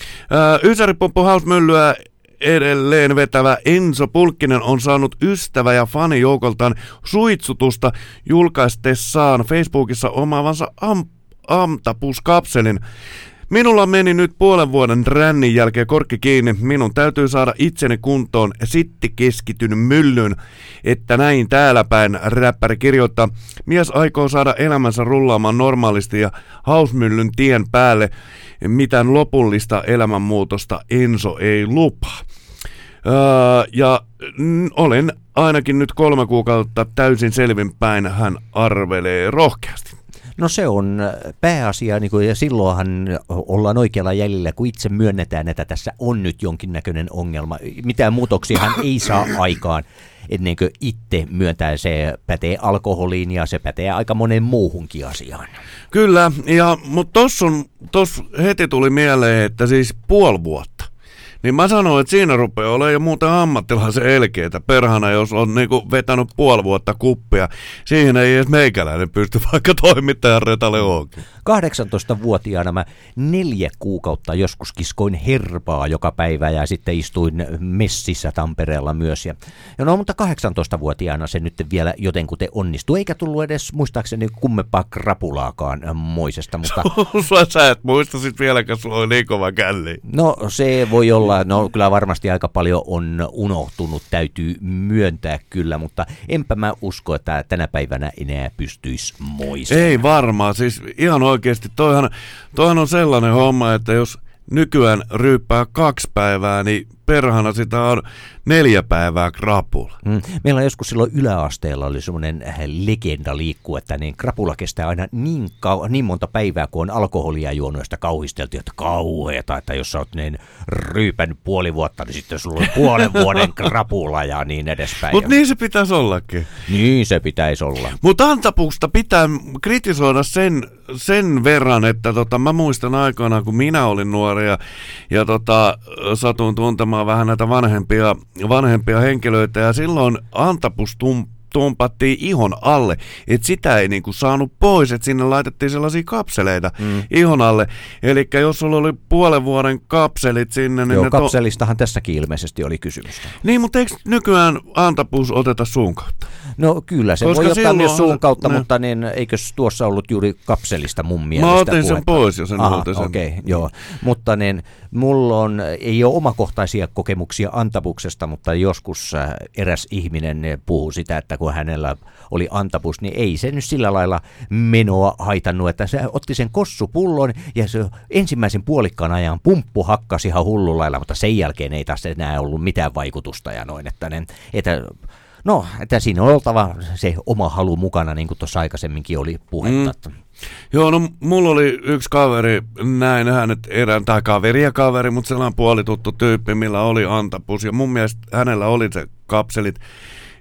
äh, Ysäripumppu Hausmyllyä edelleen vetävä Enso Pulkkinen on saanut ystävä- ja fanijoukoltaan suitsutusta julkaistessaan Facebookissa omaavansa am- Amtapus-kapselin. Minulla meni nyt puolen vuoden rännin jälkeen korkki kiinni. Minun täytyy saada itseni kuntoon. Sitti keskityn myllyyn, että näin täällä päin räppäri kirjoittaa. Mies aikoo saada elämänsä rullaamaan normaalisti ja Hausmyllyn tien päälle. Mitään lopullista elämänmuutosta Enso ei lupaa. Öö, ja n- olen ainakin nyt kolme kuukautta täysin selvinpäin, hän arvelee rohkeasti. No se on pääasia, niin kuin, ja silloinhan ollaan oikealla jäljellä, kun itse myönnetään, että tässä on nyt jonkinnäköinen ongelma. Mitään muutoksiahan ei saa aikaan ennen kuin itse myöntää. Se pätee alkoholiin ja se pätee aika monen muuhunkin asiaan. Kyllä, ja, mutta tossa, on, tossa heti tuli mieleen, että siis puoli vuotta. Niin mä sanoin, että siinä rupeaa olemaan jo muuten ammattilaisen elkeitä perhana, jos on niinku vetänyt puoli vuotta kuppia. Siihen ei edes meikäläinen pysty, vaikka toimittajan retalle onkin. kahdeksantoistavuotiaana mä neljä kuukautta joskus kiskoin herpaa joka päivä ja sitten istuin messissä Tampereella myös. Ja, ja no, mutta kahdeksantoistavuotiaana se nyt vielä jotenkuten onnistui, eikä tullut edes muistaakseni kummempaa krapulaakaan moisesta. Mutta... Sä et muista sit vieläkään, sulla oli niin kova källi. No se voi olla. No kyllä varmasti aika paljon on unohtunut, täytyy myöntää kyllä, mutta enpä mä usko, että tänä päivänä enää pystyisi moisemaan. Ei varmaan, siis ihan oikeasti, toihan, toihan on sellainen homma, että jos nykyään ryyppää kaksi päivää, niin perhana sitä on neljä päivää krapula. Mm. Meillä joskus silloin yläasteella oli semmoinen legenda liikkuu, että niin krapula kestää aina niin, kau- niin monta päivää, kun on alkoholia juonut, ja sitä kauhisteltiin, että kauheeta, että jos sä oot niin ryypännyt puoli vuotta, niin sitten sulla on puolen vuoden krapula ja niin edespäin. Mutta niin se pitäisi ollakin. Niin se pitäisi olla. Mutta Antapusta pitää kritisoida sen, sen verran, että tota, mä muistan aikoinaan, kun minä olin nuori ja, ja tota, satuin tuntemaan vähän näitä vanhempia, vanhempia henkilöitä, ja silloin Antapus tum, tumpattiin ihon alle, että sitä ei niinku saanut pois, että sinne laitettiin sellaisia kapseleita mm. ihon alle. Eli jos sulla oli puolen vuoden kapselit sinne... Niin Joo, ne kapselistahan to... tässäkin ilmeisesti oli kysymys. Niin, mutta eikö nykyään Antapus oteta suun kautta? No kyllä, se Koska voi ottaa myös suun se, kautta, ne. mutta niin, eikös tuossa ollut juuri kapselista mun mielestä Mä otin puhetta? sen pois, jos en otin sen. Okei, okay, joo. Mutta niin, mulla on, ei ole omakohtaisia kokemuksia Antapuksesta, mutta joskus eräs ihminen puhuu sitä, että kun hänellä oli Antapus, niin ei se nyt sillä lailla menoa haitannut, että se otti sen kossupullon ja se ensimmäisen puolikkaan ajan pumppu hakkasi ihan hullulailla, mutta sen jälkeen ei taas enää ollut mitään vaikutusta ja noin, että, ne, että no, että siinä on oltava se oma halu mukana, niin kuin tuossa aikaisemminkin oli puhetta. Mm. Joo, no mulla oli yksi kaveri, näin hänet erään, tai kaveri ja kaveri, mutta sellainen puolituttu tyyppi, millä oli Antapus, ja mun mielestä hänellä oli se kapselit,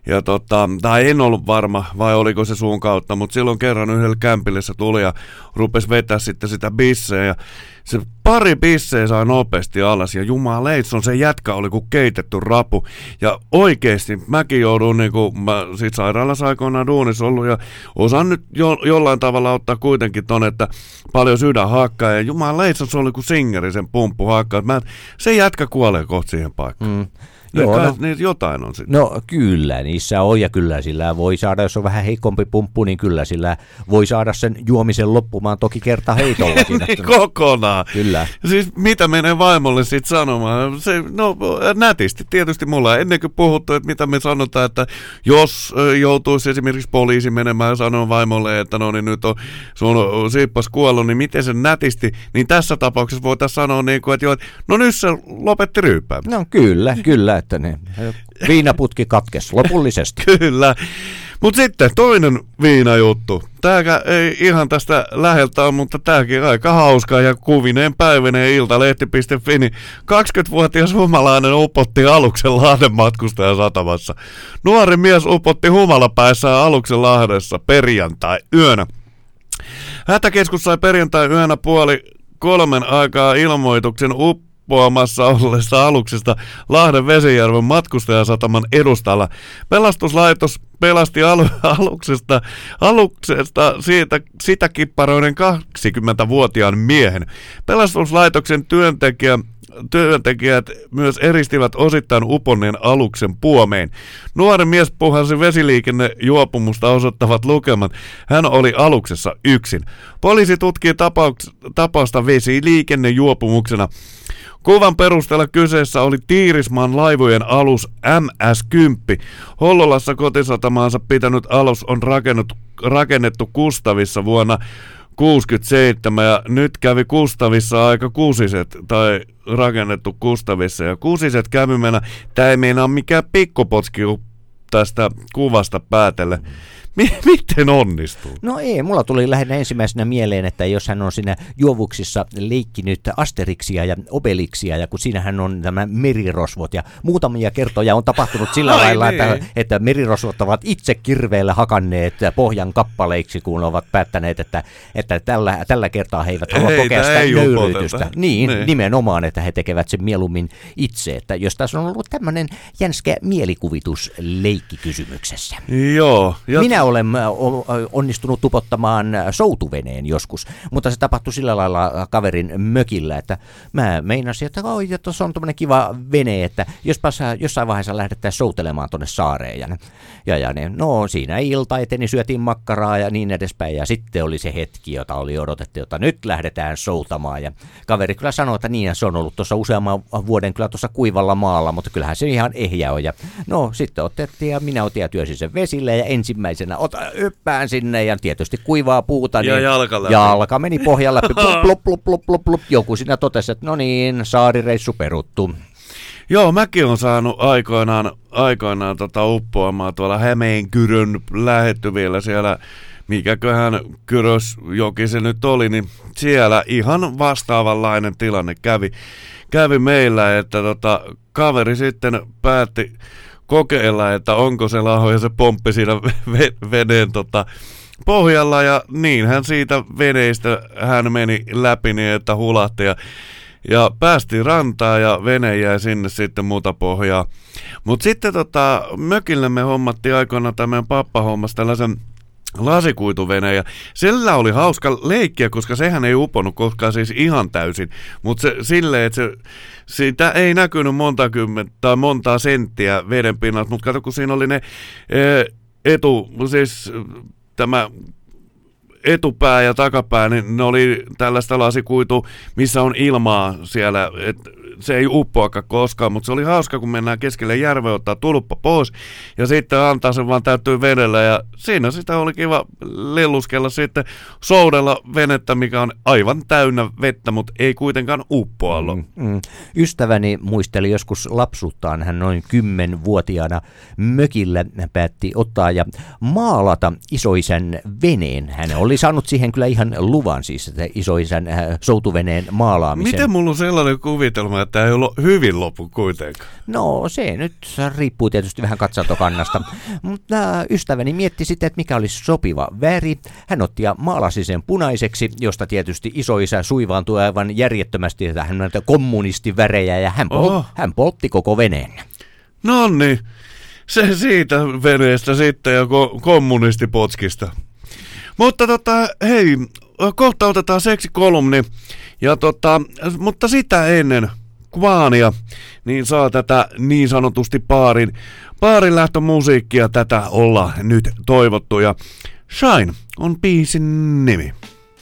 Ja tota, tai en ollut varma, vai oliko se suun kautta, mutta silloin kerran yhdellä kämpille se tuli ja rupesi vetää sitten sitä bisseä. Ja se pari bisseä sai nopeasti alas ja jumaleitson se jätkä oli kuin keitetty rapu. Ja oikeesti mäkin joudun, niin kuin mä sit sairaalassa aikoinaan duunissa ollut ja osaan nyt jo, jollain tavalla ottaa kuitenkin ton, että paljon sydän hakkaa. Ja jumaleitson se oli kuin singeri sen pumppu hakkaa. Mä, se jätkä kuolee kohta siihen paikkaan. Mm. Joo, kai, no, niin jotain on sitten. No kyllä, niissä on ja kyllä sillä voi saada, jos on vähän heikompi pumppu, niin kyllä sillä voi saada sen juomisen loppumaan toki kerta heitollakin. Niin kokonaan. Kyllä. Siis mitä menee vaimolle sitten sanomaan? Se, no nätisti tietysti mulla ennen kuin puhuttu, että mitä me sanotaan, että jos joutuisi esimerkiksi poliisi menemään ja sanoa vaimolle, että no niin nyt on sun siippas kuollut, niin miten se nätisti, niin tässä tapauksessa voitaisiin sanoa niin kuin, että joo, no nyt se lopetti ryyppäämään. No kyllä, kyllä. Että ne viinaputki katkesi lopullisesti. Kyllä. Mutta sitten toinen viinajuttu. Tääkään ei ihan tästä läheltä ole, mutta tääkin aika hauska ja kuvineen päiväneen Iltalehti piste fi. Niin kaksikymmentävuotias humalainen upotti aluksen Lahden matkustajasatamassa. Nuori mies upotti humalapäissään aluksen Lahdessa perjantai yönä. Hätäkeskus sai perjantai yönä puoli kolmen aikaa ilmoituksen up uppoamassa olleesta aluksesta Lahden Vesijärven matkustajasataman edustalla. Pelastuslaitos pelasti alu- aluksesta, aluksesta siitä, sitä kipparoinen kaksikymmentävuotiaan miehen. Pelastuslaitoksen työntekijä Työntekijät myös eristivät osittain uponneen aluksen puomeen. Nuori mies puhalsi vesiliikennejuopumusta osoittavat lukemat. Hän oli aluksessa yksin. Poliisi tutkii tapauks- tapausta vesiliikennejuopumuksena. Kuvan perusteella kyseessä oli Tiirismaan laivojen alus M S kymmenen. Hollolassa kotisatamaansa pitänyt alus on rakennettu, rakennettu Kustavissa vuonna kuusikymmentäseitsemän ja nyt kävi Kustavissa aika kusiset, tai rakennettu Kustavissa ja kusiset kävimänä. Tämä ei meinaa mikään pikkupotski tästä kuvasta päätellä. Miten onnistuu? No ei, mulla tuli lähinnä ensimmäisenä mieleen, että jos hän on siinä juovuksissa leikkinyt Asterixia ja Obelixia, ja kun siinähän on nämä merirosvot, ja muutamia kertoja on tapahtunut sillä lailla, niin. että, että merirosvot ovat itse kirveellä hakanneet pohjan kappaleiksi, kun ovat päättäneet, että, että tällä, tällä kertaa he eivät halua Heitä kokea sitä nöyryytystä. Niin, niin, nimenomaan, että he tekevät sen mieluummin itse. Että jos tässä on ollut tämmöinen jänskä mielikuvitusleikki kysymyksessä. Joo. Ja Minä olen onnistunut tupottamaan soutuveneen joskus, mutta se tapahtui sillä lailla kaverin mökillä, että mä meinasin, että oi, tuossa on tommoinen kiva vene, että jospa jossain vaiheessa lähdettäisiin soutelemaan tonne saareen. Ja, ja, ja ne, no siinä ilta eteni, syötiin makkaraa ja niin edespäin, ja sitten oli se hetki, jota oli odotettu, jota nyt lähdetään soutamaan, ja kaveri kyllä sanoi, että niin, se on ollut tuossa useamman vuoden kyllä tuossa kuivalla maalla, mutta kyllähän se ihan ehjä on, ja no sitten otettiin, ja minä otin ja työsin sen vesille, ja ensimmäisenä ota yppään sinne ja tietysti kuivaa puuta. Ja niin jalka läpi. Jalka meni pohjan läpi. Plup, plup, plup, plup, plup, plup. Joku siinä totesi, että no niin, saarireissu peruttu. Joo, mäkin on saanut aikoinaan, aikoinaan tota uppoamaan tuolla Hämeenkyrön lähettyvillä siellä, mikäköhän Kyrösjoki se nyt oli, niin siellä ihan vastaavanlainen tilanne kävi, kävi meillä, että tota, kaveri sitten päätti kokeilla, että onko se laho ja se pomppi siinä ve- veneen tota, pohjalla ja niin hän siitä veneistä hän meni läpi niin, että hulahti ja, ja päästiin rantaan ja vene jäi sinne sitten muuta pohjaa. Mutta sitten tota, mökille me hommattiin aikoinaan tämän pappahommassa tällaisen lasikuituveneen ja sillä oli hauska leikkiä, koska sehän ei uponnut koskaan siis ihan täysin, mutta se, silleen, että se, siitä ei näkynyt monta kymmentä tai montaa senttiä veden pinnasta, mutta kato, kun siinä oli ne e, etu, siis tämä etupää ja takapää, niin ne oli tällaista lasikuitu, missä on ilmaa siellä, että se ei uppoakaan koskaan, mutta se oli hauska, kun mennään keskelle järveä, ottaa tulppa pois ja sitten antaa sen vaan täyttyy vedellä ja siinä sitä oli kiva lelluskella sitten soudella venettä, mikä on aivan täynnä vettä, mutta ei kuitenkaan uppoalla. Mm, mm. Ystäväni muisteli joskus lapsuuttaan, hän noin kymmenvuotiaana mökillä päätti ottaa ja maalata isoisän veneen. Hän oli saanut siihen kyllä ihan luvan siis, että isoisän soutuveneen maalaamisen. Miten mulla on sellainen kuvitelma, välttämättä ei ollut hyvin loppu kuitenkaan. No se nyt riippuu tietysti vähän katsantokannasta, mutta ystäväni mietti sitten, että mikä olisi sopiva väri. Hän otti ja maalasi sen punaiseksi, josta tietysti isoisä suivaantui aivan järjettömästi, että hän näitä kommunistivärejä ja hän, pol- hän poltti koko veneen. No niin, se siitä veneestä sitten ja ko- kommunistipotskista. Mutta tota, hei, kohta otetaan seksikolumni, ja tota, mutta sitä ennen Kvaania, niin saa tätä niin sanotusti paarin, paarin lähtömusiikkia tätä olla nyt toivottu, ja Shine on biisin nimi.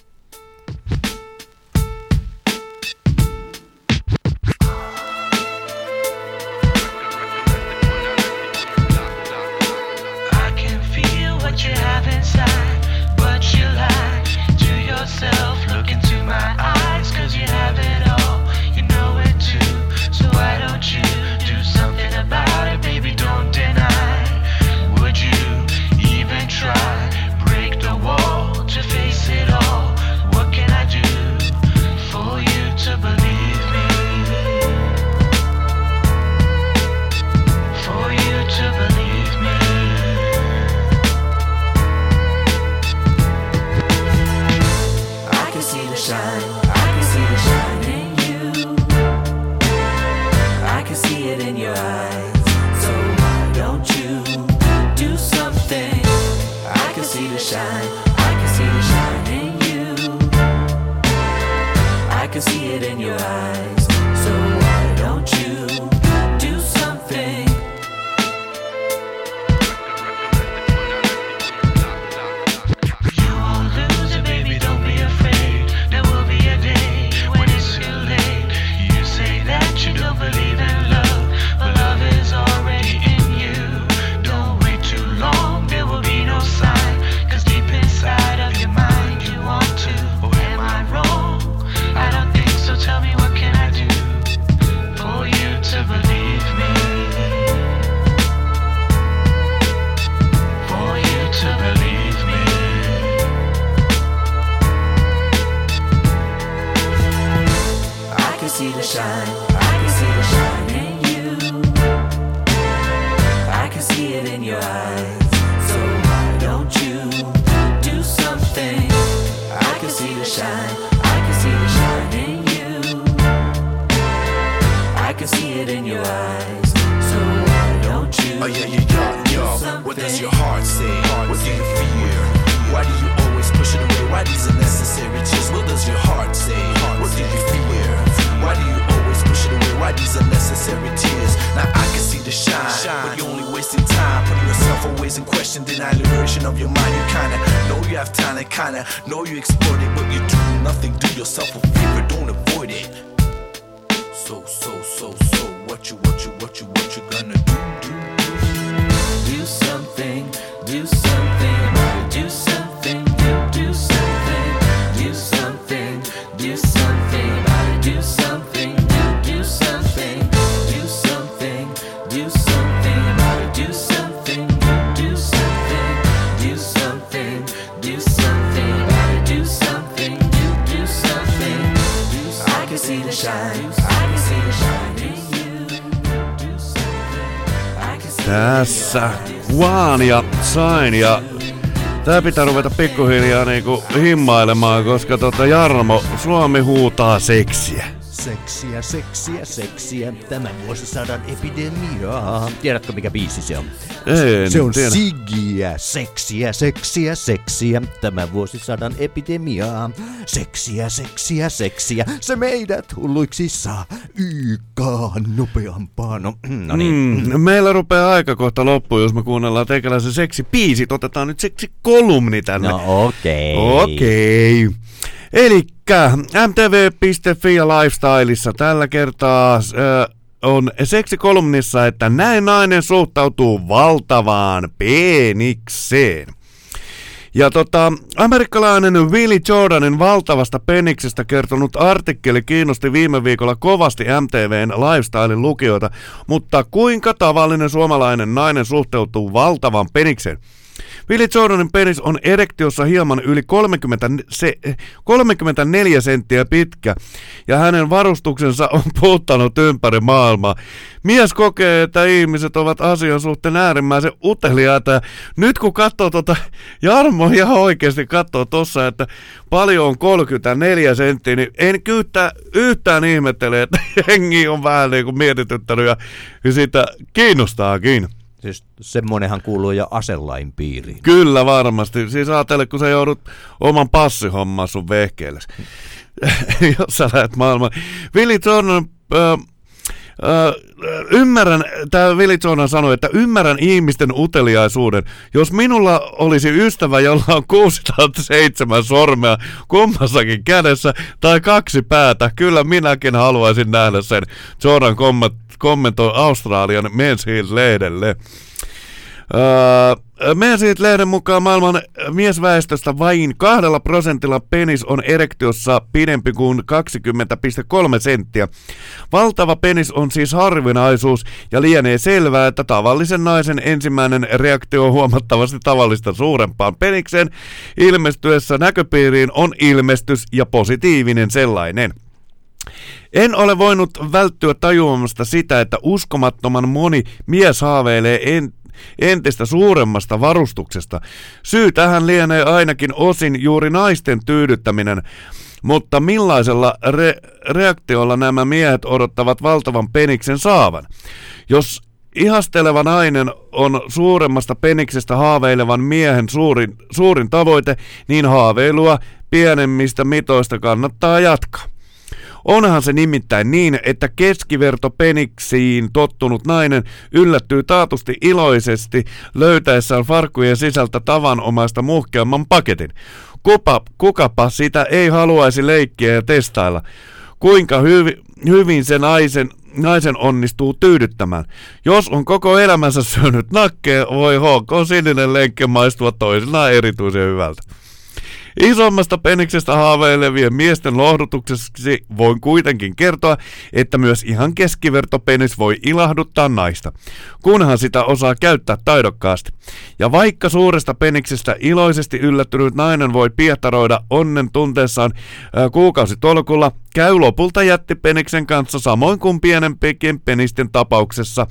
Tässä One ja Sign, ja tää pitää ruveta pikkuhiljaa niinku himmailemaan, koska tota Jarmo, Suomi huutaa seksiä. Seksiä, seksiä, seksiä, tämän vuosisadan epidemiaa. Tiedätkö mikä biisi se on? En, se on tiedä. Sigiä, seksiä, seksiä, seksiä, tämän vuosisadan epidemiaa. Seksiä, seksiä, seksiä, se meidät hulluiksi saa yykaan nopeampaan. No, no niin. Mm, meillä rupeaa aika kohta loppuun, jos me kuunnellaan teikäläisen seksibiisit. Otetaan nyt seksikolumni tänne. No okei. Okay. Okei. Okay. Elikkä M T V piste F I ja Lifestyleissa tällä kertaa äh, on seksikolumnissa, että näin nainen suhtautuu valtavaan penikseen. Ja tota, amerikkalainen Willie Jordanin valtavasta peniksestä kertonut artikkeli kiinnosti viime viikolla kovasti M T V:n Lifestylen lukijoita, mutta kuinka tavallinen suomalainen nainen suhteutuu valtavan penikseen? Willie Jordanin penis on erektiossa hieman yli kolmekymmentä, se, kolmekymmentäneljä senttiä pitkä ja hänen varustuksensa on puhuttanut ympäri maailmaa. Mies kokee, että ihmiset ovat asian suhteen äärimmäisen uteliaita. Nyt kun katsoo tota, Jarmo ihan oikeasti katsoo tossa, että paljon on kolmekymmentäneljä senttiä, niin en kyllä yhtään ihmettele, että jengi on vähän niin kuin mietityttänyt ja, ja sitä kiinnostaakin. Siis semmoinenhan kuuluu jo aselain piiriin. Kyllä varmasti. Siis ajattele, kun sä joudut oman passihomman sun vehkeellesi. Jos sä lähdet maailmaan. Willie Jordan... Äh, Uh, ymmärrän, tämä Willie Jordan sanoi, että ymmärrän ihmisten uteliaisuuden. Jos minulla olisi ystävä, jolla on kuusisataaseitsemän sormea kummassakin kädessä tai kaksi päätä, kyllä minäkin haluaisin nähdä sen. Jordan kommentoi Australian Men's Health-lehdelle. Uh, Men's Health-lehden mukaan maailman miesväestöstä vain kahdella prosentilla penis on erektiossa pidempi kuin kaksikymmentä pilkku kolme senttiä. Valtava penis on siis harvinaisuus ja lienee selvää, että tavallisen naisen ensimmäinen reaktio on huomattavasti tavallista suurempaan penikseen. Ilmestyessä näköpiiriin on ilmestys ja positiivinen sellainen. En ole voinut välttyä tajuamasta sitä, että uskomattoman moni mies haaveilee en entistä suuremmasta varustuksesta. Syy tähän lienee ainakin osin juuri naisten tyydyttäminen, mutta millaisella re- reaktiolla nämä miehet odottavat valtavan peniksen saavan? Jos ihasteleva nainen on suuremmasta peniksestä haaveilevan miehen suurin, suurin tavoite, niin haaveilua pienemmistä mitoista kannattaa jatkaa. Onhan se nimittäin niin, että keskivertopeniksiin tottunut nainen yllättyy taatusti iloisesti löytäessään farkkujen sisältä tavanomaista muhkeamman paketin. Kupa, kukapa sitä ei haluaisi leikkiä ja testailla. Kuinka hyvi, hyvin se naisen, naisen onnistuu tyydyttämään. Jos on koko elämänsä syönyt nakkeen, voi H K sininen lenkki maistua toisinaan erityisen hyvältä. Isommasta peniksestä haaveilevien miesten lohdutukseksi voin kuitenkin kertoa, että myös ihan keskivertopenis voi ilahduttaa naista, kunhan sitä osaa käyttää taidokkaasti. Ja vaikka suuresta peniksestä iloisesti yllättynyt nainen voi piehtaroida onnen tunteessaan ää, kuukausitolkulla, käy lopulta jättipeniksen kanssa samoin kuin pienempikin penisten tapauksessa,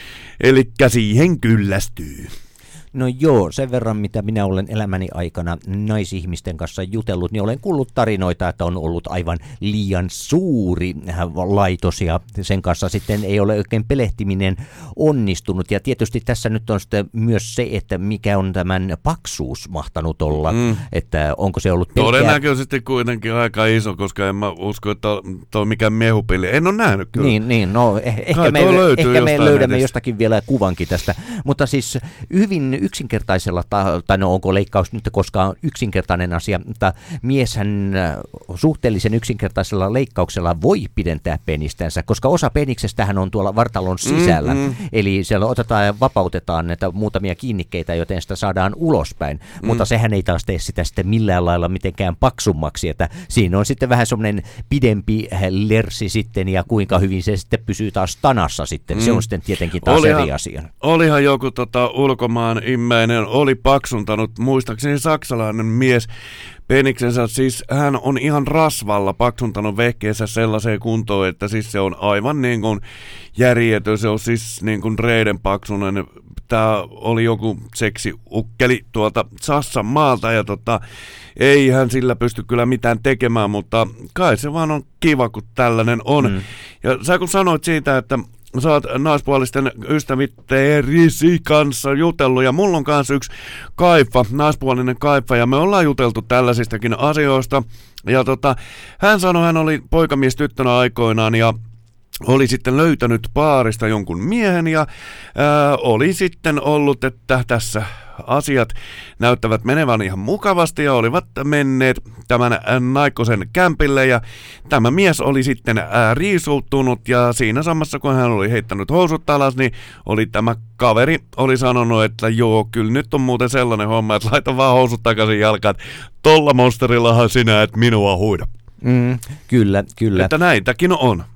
elikkä siihen kyllästyy. No joo, sen verran mitä minä olen elämäni aikana naisihmisten kanssa jutellut, niin olen kuullut tarinoita, että on ollut aivan liian suuri laitos ja sen kanssa sitten ei ole oikein pelehtiminen onnistunut. Ja tietysti tässä nyt on sitten myös se, että mikä on tämän paksuus mahtanut olla, mm. että onko se ollut pelkkää... Todennäköisesti kuitenkin aika iso, koska en mä usko, että tuo mikään mehupilli. En ole nähnyt kyllä. Niin, niin no eh- ehkä me, ehkä me löydämme edessä. Jostakin vielä kuvankin tästä, mutta siis hyvin yksinkertaisella, tai no onko leikkaus nyt koskaan yksinkertainen asia, mutta mieshän suhteellisen yksinkertaisella leikkauksella voi pidentää penistänsä, koska osa peniksestähän on tuolla vartalon sisällä, mm-hmm. eli siellä otetaan ja vapautetaan näitä muutamia kiinnikkeitä, joten sitä saadaan ulospäin, mm. mutta sehän ei taas tee sitä sitten millään lailla mitenkään paksummaksi, että siinä on sitten vähän semmoinen pidempi lersi sitten, ja kuinka hyvin se sitten pysyy taas tanassa sitten, mm. se on sitten tietenkin taas olihan, eri asia. Olihan joku tota, ulkomaan immäinen oli paksuntanut, muistaakseni saksalainen mies, peniksensä, siis hän on ihan rasvalla paksuntanut vehkeensä sellaiseen kuntoon, että siis se on aivan niin kuin järjetön, se on siis niin kuin reiden paksunen. Tämä oli joku seksiukkeli tuolta Sassan maalta ja tota, ei hän sillä pysty kyllä mitään tekemään, mutta kai se vaan on kiva, kun tällainen on. Mm. Ja sä kun sanoit siitä, että sä oot naispuolisten ystävitteerisi kanssa jutellut, ja mulla on kanssa yksi kaifa, naispuolinen kaifa, ja me ollaan juteltu tällaisistakin asioista. Ja tota, hän sanoi, hän oli poikamies tyttönä aikoinaan, ja oli sitten löytänyt baarista jonkun miehen, ja ää, oli sitten ollut, että tässä asiat näyttävät menevän ihan mukavasti, ja olivat menneet tämän naikkosen kämpille, ja tämä mies oli sitten ää, riisuuttunut, ja siinä samassa kun hän oli heittänyt housut alas, niin oli tämä kaveri oli sanonut, että joo, kyllä nyt on muuten sellainen homma, että laita vaan housut takaisin jalkaan, tolla monsterillahan sinä et minua huida. Mm, kyllä, kyllä. Että näitäkin on.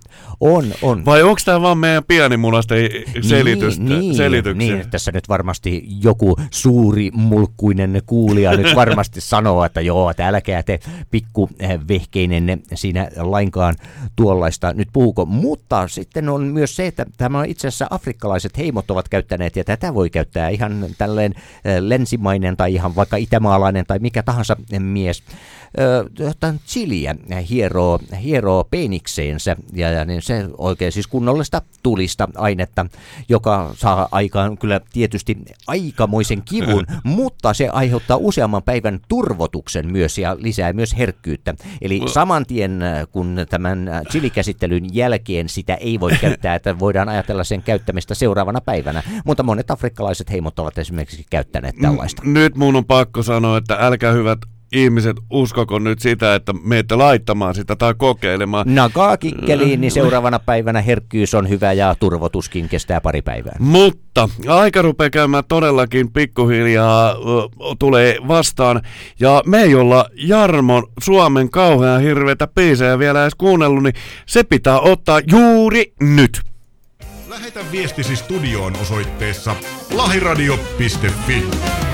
On, on. Vai onko tämä vaan meidän pienimunasten selitys, niin, niin, selityksiä? niin, tässä nyt varmasti joku suuri mulkkuinen kuulija nyt varmasti sanoo, että joo, että älkää te pikku vehkeinen siinä lainkaan tuollaista nyt puhuko. Mutta sitten on myös se, että tämä on itse asiassa afrikkalaiset heimot ovat käyttäneet, ja tätä voi käyttää ihan tälleen länsimainen tai ihan vaikka itämaalainen tai mikä tahansa mies. Öö, chiliä hieroo, hieroo penikseensä ja, ja niin se oikein siis kunnollista tulista ainetta, joka saa aikaan kyllä tietysti aikamoisen kivun, mutta se aiheuttaa useamman päivän turvotuksen myös ja lisää myös herkkyyttä. Eli saman tien kun tämän chilikäsittelyn jälkeen sitä ei voi käyttää, että voidaan ajatella sen käyttämistä seuraavana päivänä, mutta monet afrikkalaiset heimot ovat esimerkiksi käyttäneet tällaista. Nyt mun on pakko sanoa, että älkää hyvät ihmiset, uskoko nyt sitä, että menette laittamaan sitä tai kokeilemaan. Nagaa kikkeliin, niin seuraavana päivänä herkkyys on hyvä ja turvotuskin kestää pari päivää. Mutta aika rupeaa käymään todellakin pikkuhiljaa ö, tulee vastaan. Ja me ei olla Jarmon Suomen kauhean hirveitä biisejä vielä edes kuunnellut, niin se pitää ottaa juuri nyt. Lähetä viestisi studioon osoitteessa lahiradio piste fi.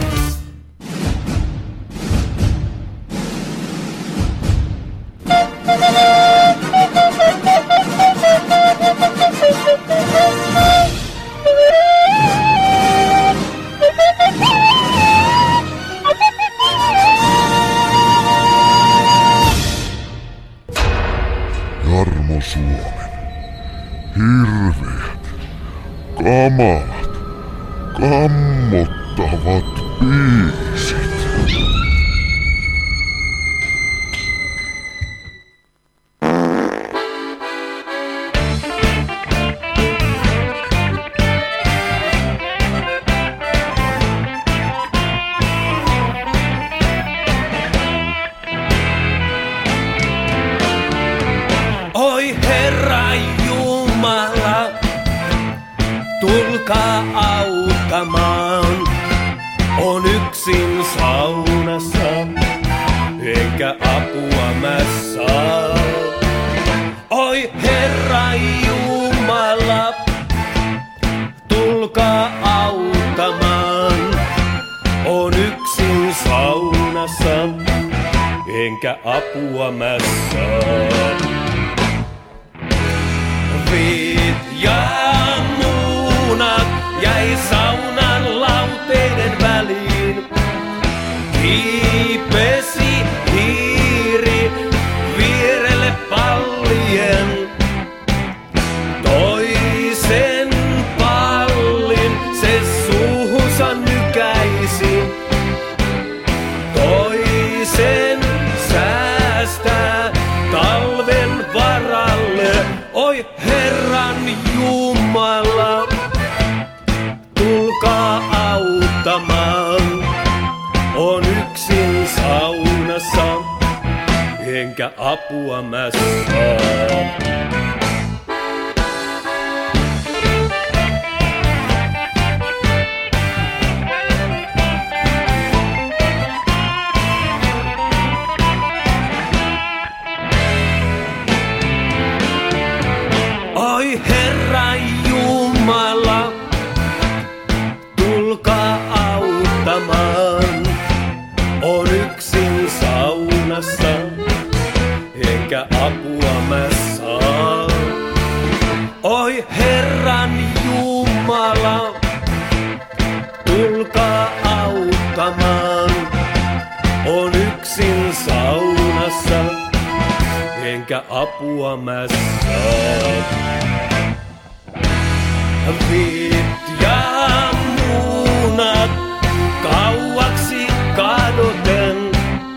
Jarmo Suomen hirveät, kamalat, kammottavat biisit. Oi Herra Jumala, tulkaa auttamaan. On yksin saunassa, enkä apua mä saa. Oi Herra Jumala, tulkaa auttamaan. On yksin saunassa, enkä apua mä saa. Viit ja muunat jäi saunan lauteiden väliin. Kiipesi hiiri vierelle pallien. Toisen pallin se suuhunsa nykäisi. Toisen säästää talven varalle. Oi Herran Jumala, tulkaa auttamaan. On yksin saunassa, enkä apua mä saa. Oi Herra Jumala, tulkaa auttamaan. On yksin saunassa, enkä apua mä saa. Oi Herran Jumala, tulkaa auttamaan. On yksin saunassa, enkä apua mä saa. Viit ja muunat kauaksi kadoten.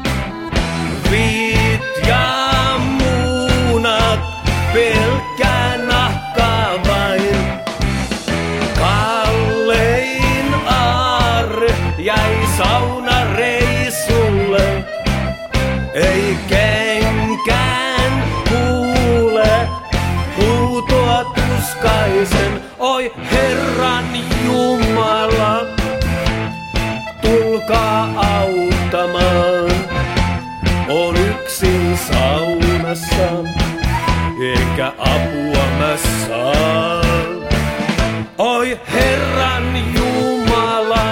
Viit ja muunat pelkkää nahkaa vain. Kallein aarre jäi saunareissulle. Ei kenkään kuule huutoa tuskaisen. Oi Herran Jumala, tulkaa auttamaan. On yksin saunassa, eikä apua mä saan. Oi Herran Jumala,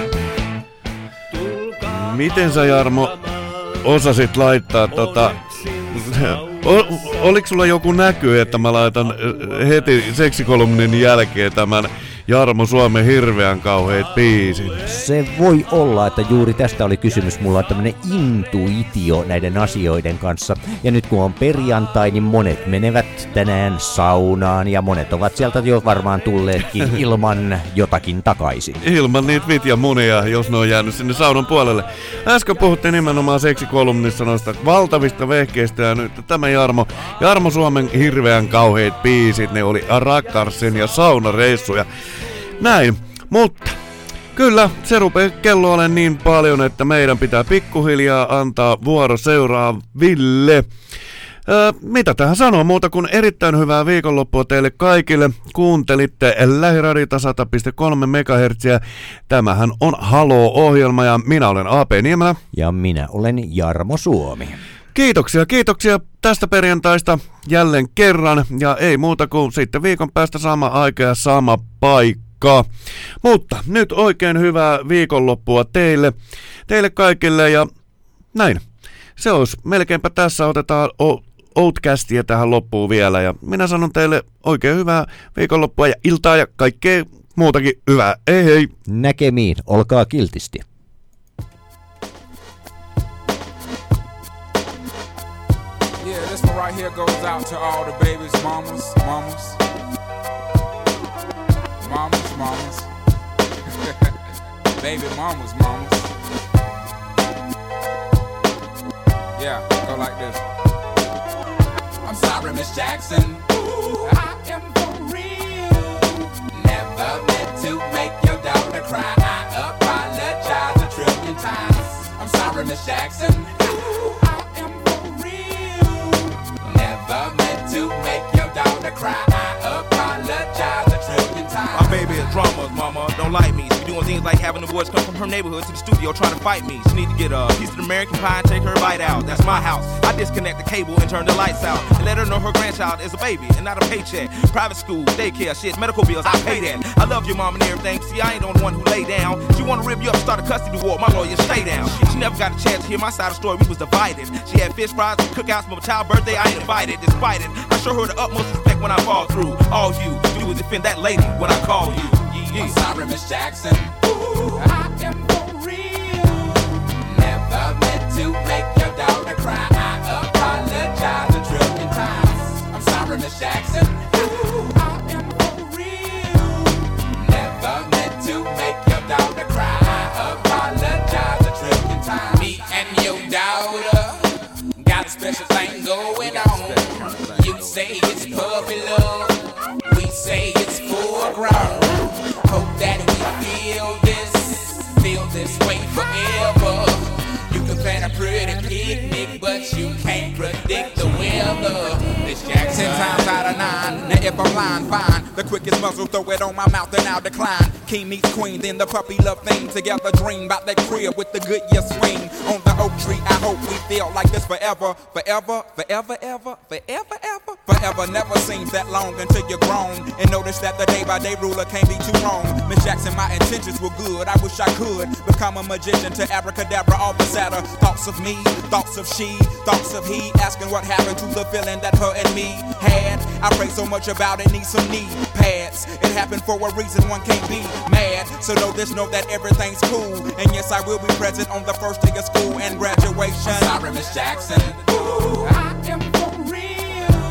tulkaa. Miten sä, Jarmo, osasit laittaa tota... O, oliko sulla joku näky, että mä laitan heti seksikolumnin jälkeen tämän Jarmo Suomen hirveän kauheet biisit? Se voi olla, että juuri tästä oli kysymys. Mulla on tämmönen intuitio näiden asioiden kanssa. Ja nyt kun on perjantai, niin monet menevät tänään saunaan ja monet ovat sieltä jo varmaan tulleetkin ilman jotakin takaisin. Ilman niitä vitja munia, jos ne on jäänyt sinne saunan puolelle. Äsken puhuttiin nimenomaan seksikolumnissa noista valtavista vehkeistä ja nyt tämä Jarmo, Jarmo Suomen hirveän kauheet biisit, ne oli Rakarsen ja saunareissuja. Näin, mutta kyllä se rupeaa kello olemaan niin paljon, että meidän pitää pikkuhiljaa antaa vuoro seuraaville. Öö, mitä tähän sanoo muuta kuin erittäin hyvää viikonloppua teille kaikille. Kuuntelitte Lähiradiota sata pilkku kolme megahertsiä. Tämähän on Halo-ohjelma ja minä olen A P Niemelä. Ja minä olen Jarmo Suomi. Kiitoksia, kiitoksia tästä perjantaista jälleen kerran. Ja ei muuta kuin sitten viikon päästä sama aika ja sama paikka. Mutta nyt oikein hyvää viikonloppua teille, teille kaikille ja näin. Se olisi melkeinpä tässä, otetaan Outcastia tähän loppuun vielä ja minä sanon teille oikein hyvää viikonloppua ja iltaa ja kaikkea muutakin hyvää. Ei hei! Näkemiin, olkaa kiltisti. Yeah, this one right here goes out to all the babies, mamas, mamas, mamas, mamas, baby mamas, mamas. Yeah, go like this. I'm sorry, Miss Jackson. Ooh, I am for real. Never meant to make your daughter cry. I apologize a trillion times. I'm sorry, Miss Jackson. Ooh, I am for real. Never meant to make your daughter cry. I apologize a trillion times. My baby is drama, mama. Don't like me. She doing things like having the boys come from her neighborhood to the studio trying to fight me. She need to get a piece of the American pie and take her bite out. That's my house. I disconnect the cable and turn the lights out and let her know her grandchild is a baby and not a paycheck. Private school, daycare, shit, medical bills, I pay that. I love your mom and everything. See, I ain't the only one who lay down. She wanna rip you up, start a custody war. My lawyer, stay down. She never got a chance to hear my side of the story. We was divided. She had fish fries and cookouts for my child's birthday. I ain't invited. Despite it, I show her the utmost respect when I fall through. All you do is defend that lady when I call you. Yeah. I'm sorry, Miss Jackson. Ooh, I am for real. Never meant to make your daughter cry. I apologize a trillion times. I'm sorry, Miss Jackson. Ooh, I am for real. Never meant to make your daughter cry. I apologize a trillion times. Me and your daughter got a special thing going on. You say it's puppy love. We say it's full grown. Hope that we feel this, feel this way forever. You can plan a pretty picnic, but you can't predict the weather. This Jackson. Ten times out of nine, now if I'm lying, fine. The quickest muzzle, throw it on my mouth and I'll decline. King meets queen, then the puppy love thing. Together dream about that crib with the good year swing. On the oak tree, I hope we feel like this forever. Forever, forever, ever, forever, ever. Forever never seems that long until you're grown. And notice that the day by day ruler can't be too wrong. Miss Jackson, my intentions were good. I wish I could become a magician to abracadabra all the sadder. Thoughts of me, thoughts of she, thoughts of he. Asking what happened to the feeling that her and me had. I pray so much about it, need some knee pads. It happened for a reason, one can't be mad. So know this, know that everything's cool. And yes, I will be present on the first day of school and graduation. I'm sorry, Miss Jackson. Ooh, I am for real.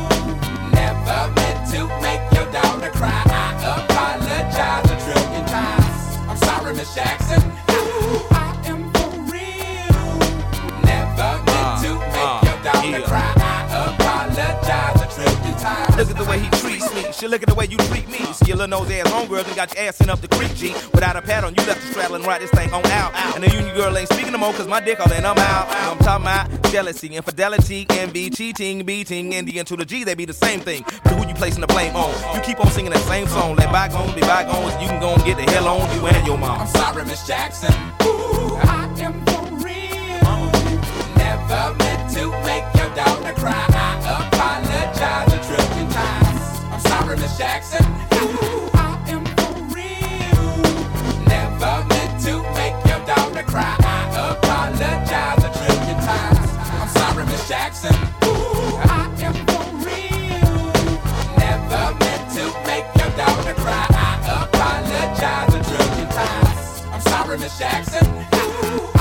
Never meant to make your daughter cry. I apologize a trillion times. I'm sorry, Miss Jackson. Ooh, I am for real. Never meant to make uh, your daughter yeah. cry. I apologize a trillion times. Look at the way he treats me. Shit, look at the way you treat me. See your little nose ass homegirls and got your ass sent up the creek, G. Without a pad on, you left the straddle and ride this thing on out. And the union girl ain't speaking no more, cause my dick all in, I'm out. I'm talking about jealousy, infidelity, envy, cheating, beating, and the N to the G, they be the same thing. But who you placing the blame on? You keep on singing that same song. Let bygones be bygones, you can go and get the hell on you and your mom. I'm sorry, Miss Jackson. Ooh, I am for real. Never meant to make your daughter cry. I apologize. Miss Jackson. Ooh, I am for real. Never meant to make your daughter cry. I apologize a trillion times. I'm sorry, Miss Jackson. Ooh, I am for real. Never meant to make your daughter cry. I apologize a trillion times. I'm sorry, Miss Jackson. Ooh,